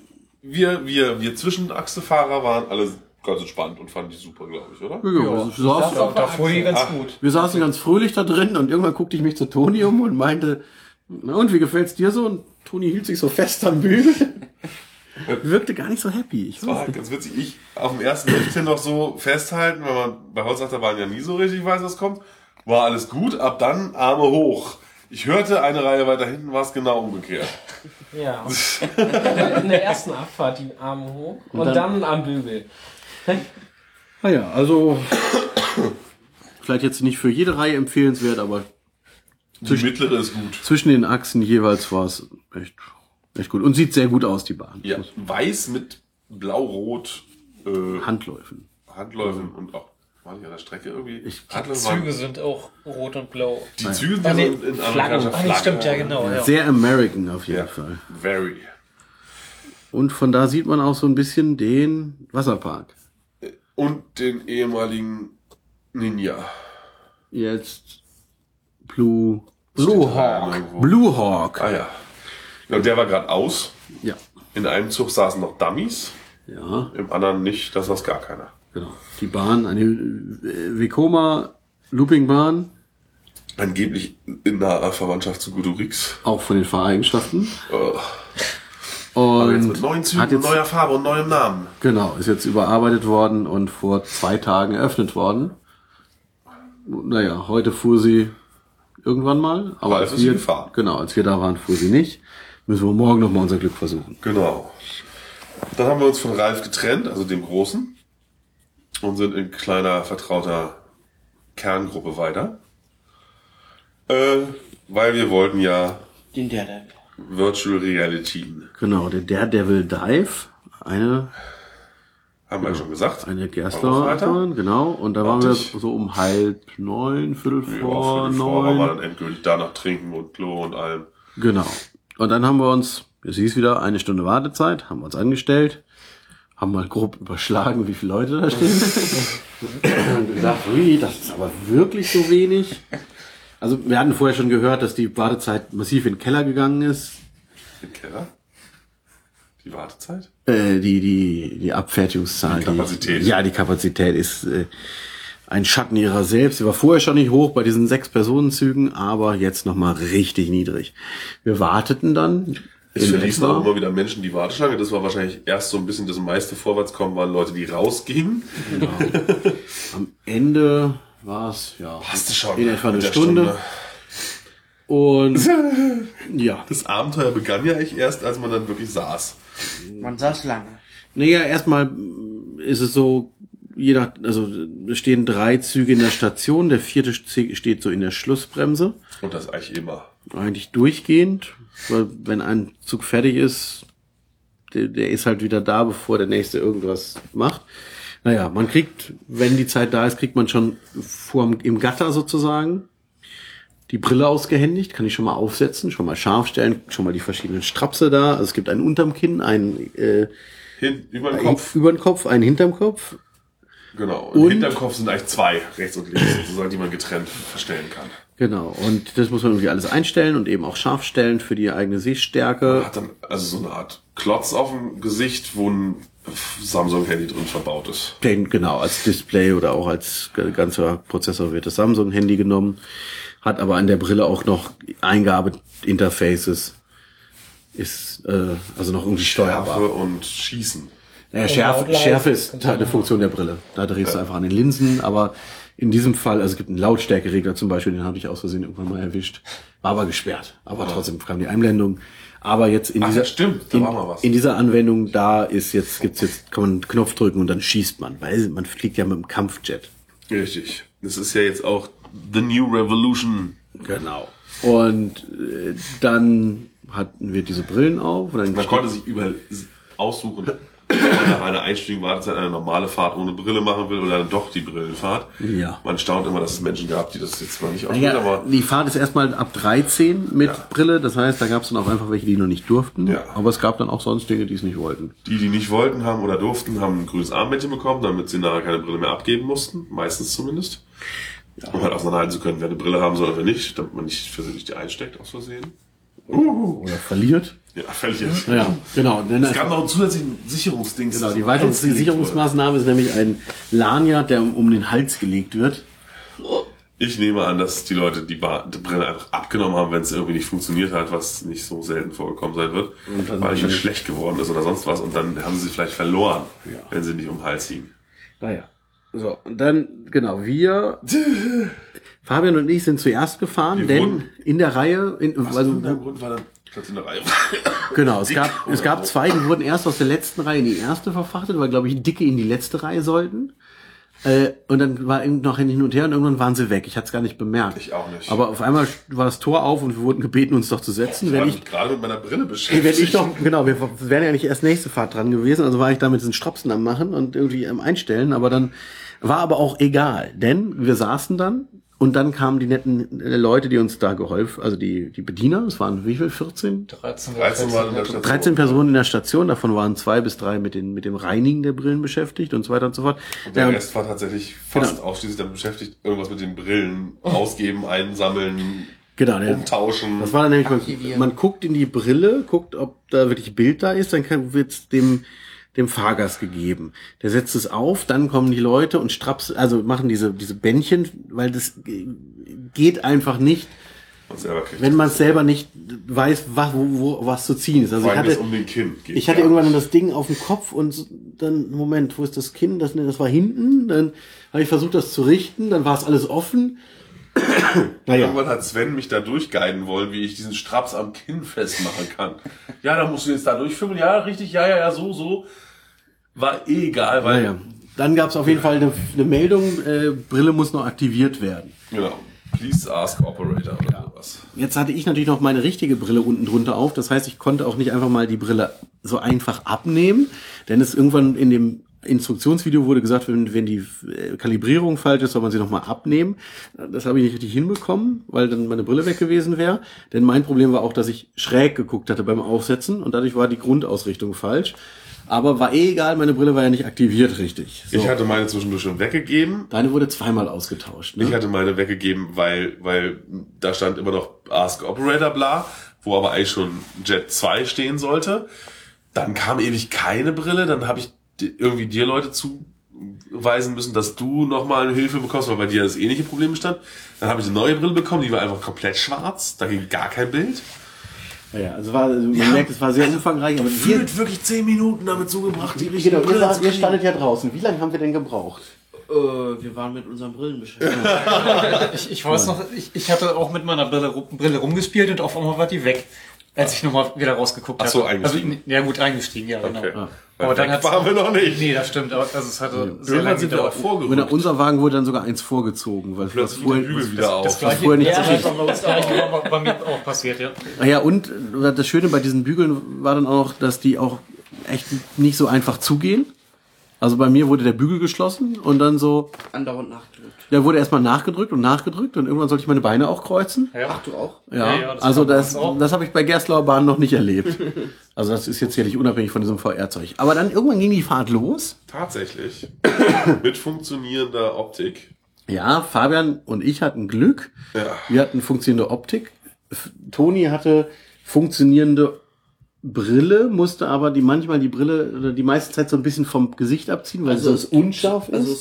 wir Zwischenachsefahrer waren alle ganz entspannt und fanden die super, glaube ich, oder? Da fuhr die ganz gut. Wir saßen ganz fröhlich da drin und irgendwann guckte ich mich zu Toni um und meinte, na und, wie gefällt's dir so? Und Toni hielt sich so fest am Bügel. Wirkte gar nicht so happy. Ich Das war weiß halt nicht. ganz witzig. Ich auf dem ersten 16 noch so festhalten, weil man bei Holzachterbahn ja nie so richtig weiß, was kommt. War alles gut, ab dann Arme hoch. Ich hörte, eine Reihe weiter hinten war es genau umgekehrt. Ja. In der ersten Abfahrt die Arme hoch und dann am Bügel. Naja, also vielleicht jetzt nicht für jede Reihe empfehlenswert, aber Die mittlere ist gut. zwischen den Achsen jeweils war es echt gut. Und sieht sehr gut aus, die Bahn. Ja, weiß mit blau-rot Handläufen. Handläufen und auch, war nicht an der Strecke irgendwie? Die Handläufe waren- Züge sind auch rot und blau. Die Züge sind Ah, nee, in amerikanischer Ah, nee, Flagge. stimmt, ja genau. Ja. Sehr American auf jeden Ja, Fall. very. Und von da sieht man auch so ein bisschen den Wasserpark. Und den ehemaligen Ninja. Jetzt Blue Hawk. Blue Hawk. Ah ja. Ja, und der war gerade aus. Ja. In einem Zug saßen noch Dummies, Ja, im anderen nicht, das saß gar keiner. genau. Die Bahn, eine Vekoma Loopingbahn, Angeblich in naher Verwandtschaft zu Gudurix. auch von den Fahreigenschaften. Aber jetzt Und mit neuen Zügen, hat jetzt, neuer Farbe und neuem Namen. genau, ist jetzt überarbeitet worden und vor 2 Tagen eröffnet worden. Naja, heute fuhr sie irgendwann mal. Aber Ralf ist sie gefahren. Genau, als wir da waren, fuhr sie nicht. Müssen wir morgen nochmal unser Glück versuchen. Genau. Dann haben wir uns von Ralf getrennt, also dem Großen, und sind in kleiner, vertrauter Kerngruppe weiter. Weil wir wollten ja Den der. Virtual Reality, Genau, der Daredevil Dive, eine haben wir ja schon gesagt. Gerstler, weiter. genau. Und da waren wir Warte ich. so um 8:30, Viertel Ja, vor Viertel vor waren wir 9. dann endgültig da nach Trinken und Klo und allem. Genau. Und dann haben wir uns, es hieß wieder, 1 Stunde Wartezeit, haben wir uns angestellt, haben mal grob überschlagen, wie viele Leute da stehen. Und gesagt, ui, das ist aber wirklich so wenig. Also wir hatten vorher schon gehört, dass die Wartezeit massiv in den Keller gegangen ist. Im Keller? Die Wartezeit? Die Abfertigungszahl. Die Kapazität. Die Kapazität ist ein Schatten ihrer selbst. Sie war vorher schon nicht hoch bei diesen 6-Personen-Zügen, aber jetzt nochmal richtig niedrig. Wir warteten dann. Es in verließen etwa- auch immer wieder Menschen die Warteschlange. Das war wahrscheinlich erst so ein bisschen das meiste Vorwärtskommen, waren Leute, die rausgingen. Am Ende war es Passte schon. in etwa eine mit der Stunde. Und ja, Das Abenteuer begann ja eigentlich erst, als man dann wirklich saß. Man saß lange. naja, erstmal ist es so, also es stehen 3 Züge in der Station, der 4. steht so in der Schlussbremse. Und das eigentlich immer. Eigentlich durchgehend, weil wenn ein Zug fertig ist, der ist halt wieder da, bevor der nächste irgendwas macht. Naja, man kriegt, wenn die Zeit da ist, kriegt man schon im Gatter sozusagen die Brille ausgehändigt, kann ich schon mal aufsetzen, schon mal scharf stellen, schon mal die verschiedenen Strapse da. Also es gibt einen unterm Kinn, einen Über den Kopf. über den Kopf, einen hinterm Kopf. Genau. Und- Und hinterm Kopf sind eigentlich 2, rechts und links, sozusagen, die man getrennt verstellen kann. Genau, und das muss man irgendwie alles einstellen und eben auch scharf stellen für die eigene Sehstärke. Hat dann also so eine Art Klotz auf dem Gesicht, wo ein Samsung-Handy drin verbaut ist. Genau, als Display oder auch als ganzer Prozessor wird das Samsung-Handy genommen, hat aber an der Brille auch noch Eingabe-Interfaces, ist also noch irgendwie steuerbar. Schärfe und Schießen. Naja, laut leise Schärfe ist kannst du eine Funktion der Brille. Da drehst du einfach an den Linsen, aber in diesem Fall, also es gibt einen Lautstärkeregler zum Beispiel, den habe ich aus Versehen irgendwann mal erwischt. War aber gesperrt. Aber trotzdem kam die Einblendung. Aber jetzt in Ach, dieser, ja, stimmt, da war mal was. in dieser Anwendung, kann man einen Knopf drücken und dann schießt man, weil man fliegt ja mit dem Kampfjet. Richtig. Das ist ja jetzt auch The New Revolution. Genau. Und dann hatten wir diese Brillen auf. Und dann Man konnte sich überall aussuchen, ob man nach einer einstündigen Wartezeit eine normale Fahrt ohne Brille machen will oder dann doch die Brillenfahrt. Ja. Man staunt immer, dass es Menschen gab, die das jetzt mal nicht ausprobieren, aber Die Fahrt ist erstmal ab 13 mit Brille, das heißt, da gab es dann auch einfach welche, die noch nicht durften. Ja. Aber es gab dann auch sonst Dinge, die es nicht wollten. die nicht wollten haben oder durften, haben ein grünes Armbändchen bekommen, damit sie nachher keine Brille mehr abgeben mussten. Meistens zumindest. Um halt auseinanderhalten zu können, wer eine Brille haben soll oder nicht, damit man nicht versehentlich die einsteckt aus Versehen. Oder verliert. Ja, völlig. Ja, genau. Denn Es gab noch einen zusätzlichen Sicherungsding. genau, die weitere Sicherungsmaßnahme ist nämlich ein Lanyard, der um den Hals gelegt wird. Ich nehme an, dass die Leute die Brille einfach abgenommen haben, wenn es irgendwie nicht funktioniert hat, was nicht so selten vorgekommen sein wird, weil es schlecht geworden ist oder sonst was. Und dann haben sie vielleicht verloren, wenn sie nicht um den Hals hingen. Naja. So, und dann, genau, Fabian und ich sind zuerst gefahren, denn in der Reihe, Grund war dann Platz in der Reihe. genau, es gab zwei, die wurden erst aus der letzten Reihe in die erste verfrachtet, weil, glaube ich, Dicke in die letzte Reihe sollten. Und dann war noch hin und her und irgendwann waren sie weg. Ich hatte es gar nicht bemerkt. Ich auch nicht. Aber auf einmal war das Tor auf und wir wurden gebeten, uns doch zu setzen. Ich war gerade mit meiner Brille beschäftigt. Wenn ich doch, genau, wir wären ja nicht erst nächste Fahrt dran gewesen, also war ich da mit diesen Stropsen am Machen und irgendwie am Einstellen, aber dann war aber auch egal, denn wir saßen dann und dann kamen die netten Leute, die uns da geholfen, also die Bediener, es waren wie viel, 14? 13 waren in der Station. 13 Personen in der Station, davon waren 2 bis 3 mit dem Reinigen der Brillen beschäftigt und so weiter und so fort. Und der Rest war tatsächlich fast ausschließlich damit beschäftigt, irgendwas mit den Brillen ausgeben, einsammeln, Genau, umtauschen. das war dann nämlich, man guckt in die Brille, guckt, ob da wirklich Bild da ist, dann wird es dem Fahrgast gegeben. Der setzt es auf, dann kommen die Leute und machen diese Bändchen, weil das geht einfach nicht, wenn man es selber nicht weiß, was zu ziehen ist. Also Vor allem, wenn es um den Kinn geht. ich hatte irgendwann das Ding auf dem Kopf und dann, Moment, wo ist das Kinn? Das war hinten, dann habe ich versucht, das zu richten, dann war es alles offen. Naja. Irgendwann hat Sven mich da durchguiden wollen, wie ich diesen Straps am Kinn festmachen kann. Ja, da musst du jetzt da durchfummeln. Ja, richtig, ja, so. War egal, weil... Naja. Dann gab es auf jeden Fall eine Meldung, Brille muss noch aktiviert werden. Genau. Please ask operator oder sowas. Jetzt hatte ich natürlich noch meine richtige Brille unten drunter auf. Das heißt, ich konnte auch nicht einfach mal die Brille so einfach abnehmen, denn es irgendwann in dem Instruktionsvideo wurde gesagt, wenn die Kalibrierung falsch ist, soll man sie nochmal abnehmen. Das habe ich nicht richtig hinbekommen, weil dann meine Brille weg gewesen wäre. Denn mein Problem war auch, dass ich schräg geguckt hatte beim Aufsetzen und dadurch war die Grundausrichtung falsch. Aber war egal, meine Brille war ja nicht aktiviert richtig. So. Ich hatte meine zwischendurch schon weggegeben. Deine wurde zweimal ausgetauscht. Ne? Ich hatte meine weggegeben, weil da stand immer noch Ask Operator bla, wo aber eigentlich schon Jet 2 stehen sollte. Dann kam ewig keine Brille, dann habe ich irgendwie dir Leute zuweisen müssen, dass du nochmal eine Hilfe bekommst, weil bei dir das ähnliche Problem bestand. Dann habe ich eine neue Brille bekommen, die war einfach komplett schwarz, da ging gar kein Bild. Ja, also man merkt, es war sehr umfangreich. Aber Gefühlt wirklich 10 Minuten damit zugebracht, die richtige genau, Brille zu ihr kriegen. standet ja draußen. Wie lange haben wir denn gebraucht? Wir waren mit unseren Brillen beschäftigt. Ich weiß noch, ich hatte auch mit meiner Brille rumgespielt und auf einmal war die weg, als ich nochmal wieder rausgeguckt habe. Ach so, eingestiegen. Also, ja gut, eingestiegen, ja, genau. Okay. Aber dann Weg waren wir noch nicht. Nee, das stimmt, aber es hatte sehr Irgendwann lange sind wir auch gedauert. vorgerückt. Unser Wagen wurde dann sogar eins vorgezogen, weil Plötzlich der Bügel wieder auf. Das gleiche vorher nicht ja, so das war bei mir auch passiert, ja. Naja, und das Schöne bei diesen Bügeln war dann auch, dass die auch echt nicht so einfach zugehen. Also bei mir wurde der Bügel geschlossen und dann so, Andauernd nachgedrückt. der wurde erstmal nachgedrückt und irgendwann sollte ich meine Beine auch kreuzen. Ja. Ach, du auch? Ja, das also war bei das uns auch. habe ich bei Gerstlauer Bahn noch nicht erlebt. Also das ist jetzt sicherlich unabhängig von diesem VR-Zeug. Aber dann irgendwann ging die Fahrt los. Tatsächlich. Mit funktionierender Optik. Ja, Fabian und ich hatten Glück. Ja. Wir hatten funktionierende Optik. Toni hatte funktionierende Brille, musste aber manchmal die Brille oder die meiste Zeit so ein bisschen vom Gesicht abziehen, weil es unscharf ist. Also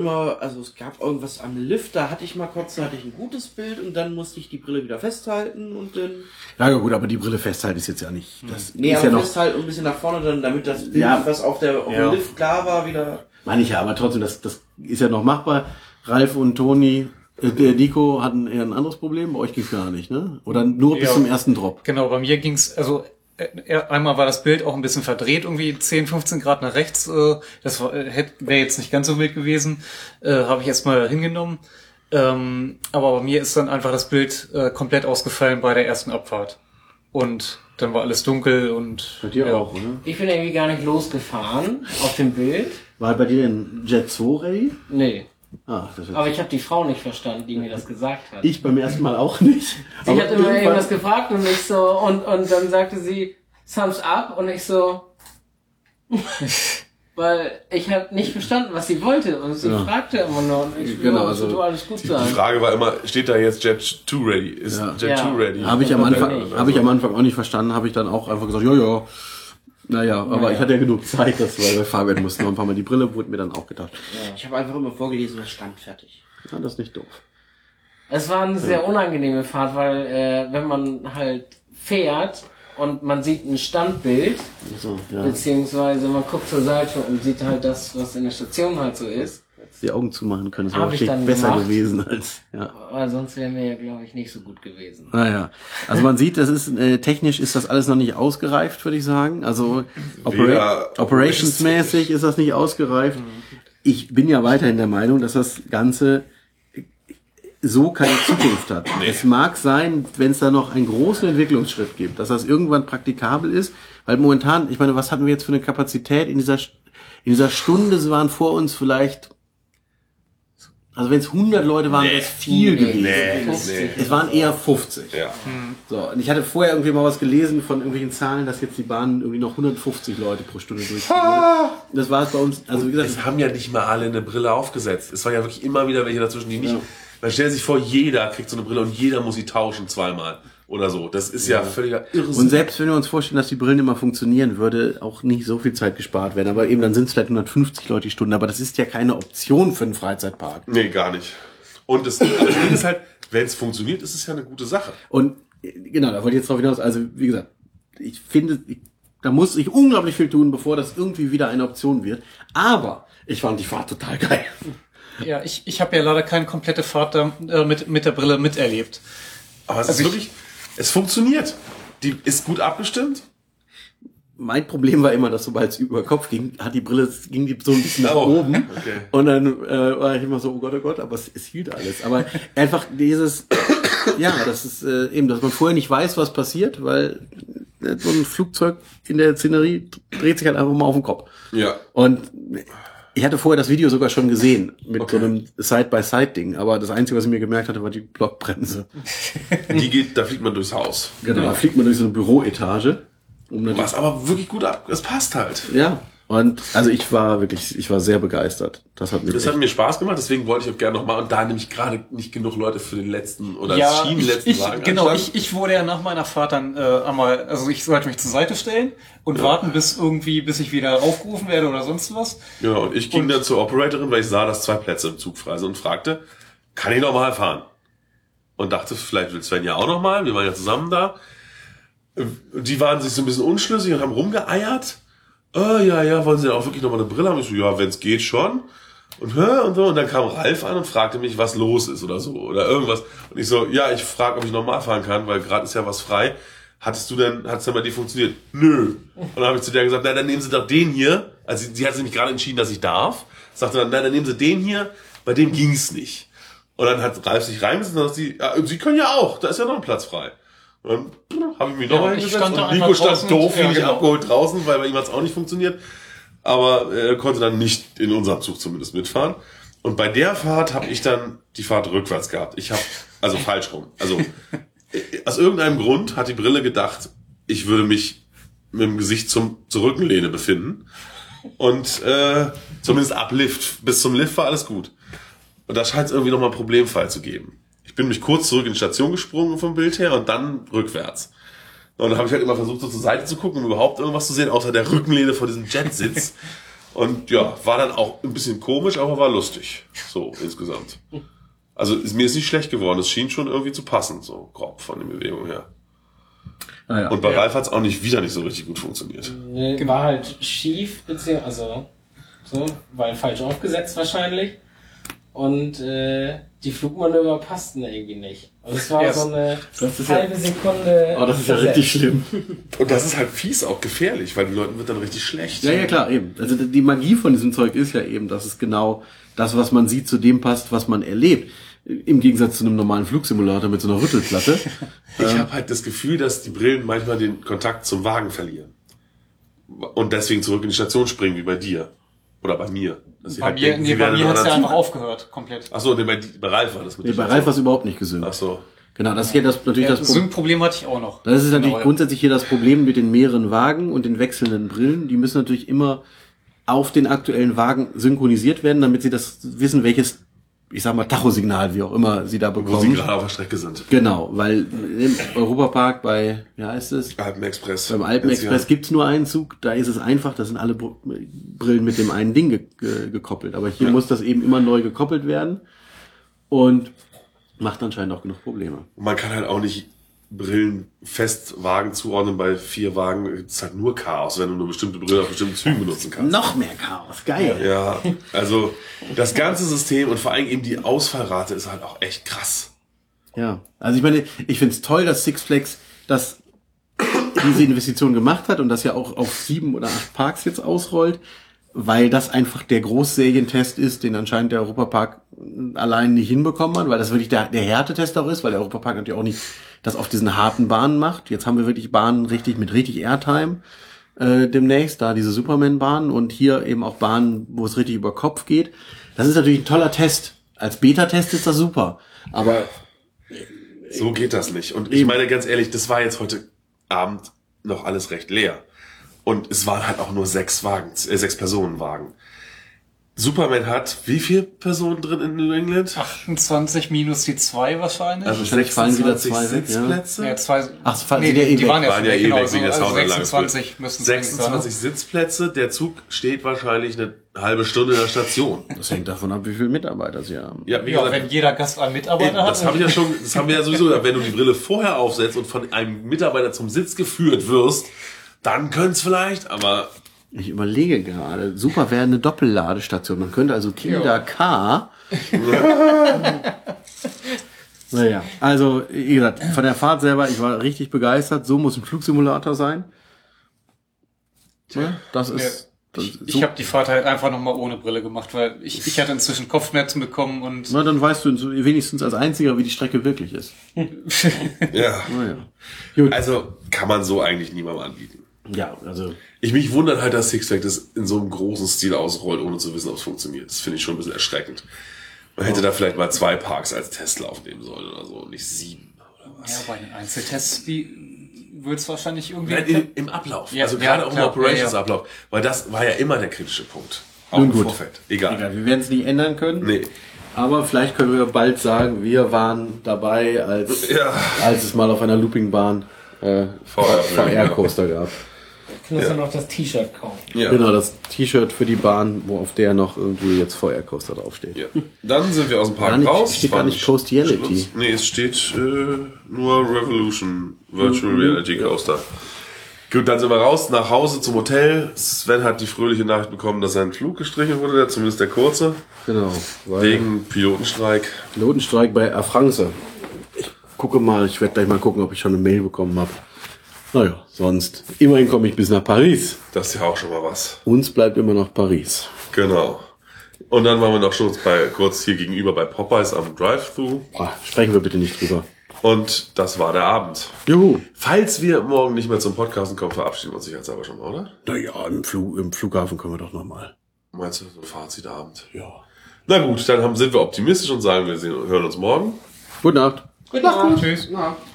es gab irgendwas am Lift, da hatte ich ein gutes Bild und dann musste ich die Brille wieder festhalten und dann... Ja gut, aber die Brille festhalten ist jetzt ja nicht... Das Nee, ist aber ja noch, festhalten und ein bisschen nach vorne dann, damit das Bild, Ja. was auf dem Lift klar war, wieder... meine ich ja, aber trotzdem, das ist ja noch machbar. Ralf und Toni, der Nico hatten eher ein anderes Problem, bei euch ging's gar nicht, ne? Oder nur bis Ja. zum ersten Drop. Genau, bei mir ging's, also einmal war das Bild auch ein bisschen verdreht, irgendwie 10, 15 Grad nach rechts. Das wäre jetzt nicht ganz so wild gewesen. Habe ich erstmal hingenommen. Aber bei mir ist dann einfach das Bild komplett ausgefallen bei der ersten Abfahrt. und dann war alles dunkel und Bei dir auch, oder? Ich bin irgendwie gar nicht losgefahren auf dem Bild. War bei dir ein Jet 2 ready? Nee. Ah, das ist Aber ich habe die Frau nicht verstanden, die mir das gesagt hat. ich beim ersten Mal auch nicht. Sie hat immer irgendwas gefragt und ich so, und dann sagte sie, Thumbs up, und ich so, weil ich habe nicht verstanden, was sie wollte, und sie fragte immer nur, und ich Genau, ja, also du alles gut Die sein. Frage war immer, steht da jetzt Jet 2 ready? Ist Ja. Jet 2 ready? Habe ich am Und Anfang, dann- habe ich am Anfang auch nicht verstanden, habe ich dann auch einfach gesagt, ja. Naja, aber ich hatte ja genug Zeit, dass wir bei Fabian mussten noch ein paar Mal die Brille, wurde mir dann auch gedacht. Ich habe einfach immer vorgelesen, was stand fertig. Ja, das ist nicht doof. Es war eine sehr unangenehme Fahrt, weil wenn man halt fährt und man sieht ein Standbild, So, ja. beziehungsweise man guckt zur Seite und sieht halt das, was in der Station halt so ist, Die Augen zumachen können, das Hab wäre ich wahrscheinlich dann besser gemacht. gewesen als, ja. aber sonst wäre mir ja, glaube ich, nicht so gut gewesen. Naja, also man sieht, das ist technisch ist das alles noch nicht ausgereift, würde ich sagen. Also Weder operationsmäßig ist das nicht ausgereift. Ich bin ja weiterhin der Meinung, dass das Ganze so keine Zukunft hat. Es mag sein, wenn es da noch einen großen Entwicklungsschritt gibt, dass das irgendwann praktikabel ist, weil momentan, ich meine, was hatten wir jetzt für eine Kapazität in dieser Stunde? Es waren vor uns vielleicht, also wenn es 100 Leute waren, wäre es viel gewesen. Es waren eher 50. Ja. So, und ich hatte vorher irgendwie mal was gelesen von irgendwelchen Zahlen, dass jetzt die Bahn irgendwie noch 150 Leute pro Stunde durchziehen würde. Das war es bei uns, also wie gesagt, Es haben ja nicht mal alle eine Brille aufgesetzt. Es war ja wirklich immer wieder welche dazwischen, die nicht. Man stellt sich vor, jeder kriegt so eine Brille und jeder muss sie tauschen zweimal oder so. Das ist ja völliger Irrsinn. und selbst wenn wir uns vorstellen, dass die Brillen immer funktionieren, würde auch nicht so viel Zeit gespart werden. Aber eben dann sind es vielleicht 150 Leute die Stunde. Aber das ist ja keine Option für einen Freizeitpark. Nee, gar nicht. Und das Ding ist halt, wenn es funktioniert, ist es ja eine gute Sache. Und genau, da wollte ich jetzt drauf hinaus. Also wie gesagt, ich finde, da muss ich unglaublich viel tun, bevor das irgendwie wieder eine Option wird. Aber ich fand die Fahrt total geil. ja, ich habe ja leider keine komplette Fahrt da, mit der Brille miterlebt. Aber es ist wirklich, es funktioniert. Die ist gut abgestimmt. Mein Problem war immer, dass sobald es über Kopf ging, ging die so ein bisschen nach Oh, oben. okay. Und dann war ich immer so, oh Gott, aber es hielt alles. Aber einfach dieses, ja, das ist eben, dass man vorher nicht weiß, was passiert, weil so ein Flugzeug in der Szenerie dreht sich halt einfach mal auf den Kopf. Ja. Und ich hatte vorher das Video sogar schon gesehen, mit so einem Side-by-Side-Ding. Aber das Einzige, was ich mir gemerkt hatte, war die Blockbremse. Da fliegt man durchs Haus. Genau. Da fliegt man durch so eine Büroetage. Was aber wirklich gut ab. Es passt halt. Ja. Und also ich war sehr begeistert. Das hat mich Das echt, hat mir Spaß gemacht, deswegen wollte ich auch gerne nochmal. Und da nämlich gerade nicht genug Leute für den letzten oder Ja, schienen letzten Wagen anstanden. ich wurde ja nach meiner Fahrt dann einmal, also ich sollte mich zur Seite stellen und warten, bis ich wieder aufgerufen werde oder sonst was. Genau, und ich ging dann zur Operatorin, weil ich sah, dass 2 Plätze im Zug frei sind und fragte, kann ich nochmal fahren? Und dachte, vielleicht will Sven ja auch nochmal, wir waren ja zusammen da. Die waren sich so ein bisschen unschlüssig und haben rumgeeiert. Ja, wollen Sie denn auch wirklich nochmal eine Brille haben? Ich so, ja, wenn es geht schon. Und so. Und dann kam Ralf an und fragte mich, was los ist oder so oder irgendwas. Und ich so, ja, ich frage, ob ich normal fahren kann, weil gerade ist ja was frei. Hat's denn bei dir funktioniert? Nö. Und dann habe ich zu der gesagt, na, dann nehmen Sie doch den hier. Also sie hat sich nämlich gerade entschieden, dass ich darf. Sagte dann, na, dann nehmen Sie den hier. Bei dem ging's nicht. Und dann hat Ralf sich reingesetzt und sagt Sie können ja auch. Da ist ja noch ein Platz frei. Und dann habe ich mich noch und hingesetzt ich stand da und Nico einfach stand draußen doof, und- wie mich genau. abgeholt draußen, weil bei ihm hat's auch nicht funktioniert. Aber er konnte dann nicht in unserem Zug zumindest mitfahren. Und bei der Fahrt habe ich dann die Fahrt rückwärts gehabt. Also falsch rum. Also aus irgendeinem Grund hat die Brille gedacht, ich würde mich mit dem Gesicht zur Rückenlehne befinden. Und zumindest ab Lift. Bis zum Lift war alles gut. Und da scheint es irgendwie nochmal einen Problemfall zu geben. Ich bin mich kurz zurück in die Station gesprungen vom Bild her und dann rückwärts. Und dann habe ich halt immer versucht, so zur Seite zu gucken, um überhaupt irgendwas zu sehen, außer der Rückenlehne vor diesem Jetsitz. Und ja, war dann auch ein bisschen komisch, aber war lustig. So, insgesamt. Also mir ist nicht schlecht geworden. Es schien schon irgendwie zu passen, so grob von der Bewegung her. naja. Und bei Ralf hat es auch wieder nicht so richtig gut funktioniert. Nee, war halt schief, beziehungsweise so, weil falsch aufgesetzt wahrscheinlich. Und die Flugmanöver passten irgendwie nicht. Und es war so eine Das ist ja- halbe Sekunde. Oh, das ist ja versetzt. richtig schlimm. Und das ist halt fies auch gefährlich, weil den Leuten wird dann richtig schlecht. Ja, klar, eben. Also die Magie von diesem Zeug ist ja eben, dass es genau das, was man sieht, zu dem passt, was man erlebt. Im Gegensatz zu einem normalen Flugsimulator mit so einer Rüttelplatte. Ich habe halt das Gefühl, dass die Brillen manchmal den Kontakt zum Wagen verlieren. Und deswegen zurück in die Station springen, wie bei dir. Oder bei mir. Dass sie Bei halt mir, denken, nee, sie bei wären in mir einem hat's ja anderen einfach Zug. aufgehört, komplett. Ach so, nee, bei Ralf war das mit Nee, bei Ralf war es überhaupt nicht gesynkt. Ach so. Genau, das ist hier natürlich Ja, das so Problem. ein Problem hatte ich auch noch. Das ist natürlich Genau, grundsätzlich hier das Problem mit den mehreren Wagen und den wechselnden Brillen. Die müssen natürlich immer auf den aktuellen Wagen synchronisiert werden, damit sie das wissen, welches, ich sag mal, Tachosignal, wie auch immer sie da Wo sie bekommen. gerade auf der Strecke sind. Genau, weil im Europapark bei, wie heißt es? Alpenexpress. Beim Alpenexpress gibt's nur einen Zug, da ist es einfach, da sind alle Brillen mit dem einen Ding gekoppelt. Aber hier muss das eben immer neu gekoppelt werden und macht anscheinend auch genug Probleme. Und man kann halt auch nicht Brillen fest Wagen zuordnen. Bei 4 Wagen ist halt nur Chaos, wenn du nur bestimmte Brillen auf bestimmten Zügen benutzen kannst. Noch mehr Chaos, geil. Ja, also das ganze System und vor allem eben die Ausfallrate ist halt auch echt krass. Ja, also ich meine, ich find's toll, dass Six Flags diese Investition gemacht hat und das ja auch auf 7 oder 8 Parks jetzt ausrollt, weil das einfach der Großserientest ist, den anscheinend der Europapark allein nicht hinbekommen hat, weil das wirklich der Härtetest auch ist, weil der Europapark natürlich auch nicht das auf diesen harten Bahnen macht. Jetzt haben wir wirklich Bahnen mit richtig Airtime demnächst, da diese Superman-Bahnen und hier eben auch Bahnen, wo es richtig über Kopf geht. Das ist natürlich ein toller Test. Als Beta-Test ist das super, aber So geht das nicht. Und ich meine ganz ehrlich, das war jetzt heute Abend noch alles recht leer. Und es waren halt auch nur 6 Personenwagen. Superman hat wie viele Personen drin in New England? 28 minus die 2 wahrscheinlich. Also wahrscheinlich fallen wieder 26 zwei weg, ja. Sitzplätze. ja, 2. ach, fallen sie ja eh die weg. waren ja Waren schon ja weg, eh genau. weg wegen der Also Soundanlage. 26 müssen es 26 Sitzplätze. Der Zug steht wahrscheinlich eine halbe Stunde in der Station. Das hängt davon ab, wie viele Mitarbeiter sie haben. Ja, wie Ja, gesagt, wenn jeder Gast einen Mitarbeiter hat. das haben wir ja sowieso, wenn du die Brille vorher aufsetzt und von einem Mitarbeiter zum Sitz geführt wirst, dann könnte es vielleicht, aber Ich überlege gerade, super wäre eine Doppelladestation. Man könnte also Kinder K. Naja, also, wie gesagt, von der Fahrt selber, ich war richtig begeistert. So muss ein Flugsimulator sein. Ja, das ist, Ich habe die Fahrt halt einfach nochmal ohne Brille gemacht, weil ich hatte inzwischen Kopfschmerzen bekommen und na, dann weißt du wenigstens als Einziger, wie die Strecke wirklich ist. ja. Naja. Gut. Also kann man so eigentlich niemandem anbieten. Ja, also, Mich wundert halt, dass Six Flags das in so einem großen Stil ausrollt, ohne zu wissen, ob es funktioniert. Das finde ich schon ein bisschen erschreckend. Man hätte da vielleicht mal 2 Parks als Testlauf nehmen sollen oder so, und nicht 7 oder was. ja, bei den Einzeltests, die wird es wahrscheinlich irgendwie... Nein, im Ablauf. Ja, also ja, gerade auch im klar, Operations-Ablauf. Weil das war ja immer der kritische Punkt. Auch Nun im gut. Vorfeld. Egal. wir werden es nicht ändern können. Nee. Aber vielleicht können wir bald sagen, wir waren dabei, als es mal auf einer Loopingbahn VR-Coaster gab. Kannst du noch das T-Shirt kaufen. Ja. Genau, das T-Shirt für die Bahn, wo auf der noch irgendwie jetzt VR-Coaster draufsteht. Ja. Dann sind wir aus dem Park Gar nicht- raus. steht War gar nicht Coastiality. Schluss. Nee, es steht nur Revolution Virtual Reality Coaster. Gut, dann sind wir raus, nach Hause zum Hotel. Sven hat die fröhliche Nachricht bekommen, dass sein Flug gestrichen wurde, zumindest der kurze, Genau. Weil wegen Pilotenstreik. Pilotenstreik bei Air France. Ich gucke mal, ich werde gleich mal gucken, ob ich schon eine Mail bekommen habe. Naja, sonst. Immerhin komme ich bis nach Paris. Das ist ja auch schon mal was. Uns bleibt immer noch Paris. Genau. Und dann waren wir noch schon kurz hier gegenüber bei Popeyes am Drive-Thru. Sprechen wir bitte nicht drüber. Und das war der Abend. Juhu. Falls wir morgen nicht mehr zum Podcasten kommen, verabschieden wir uns sicherheitshalber schon mal, oder? Naja, im Flughafen können wir doch nochmal. Meinst du, so ein Fazitabend? Ja. Na gut, dann sind wir optimistisch und sagen, wir hören uns morgen. Gute Nacht. Gute Nacht. Tschüss. Na.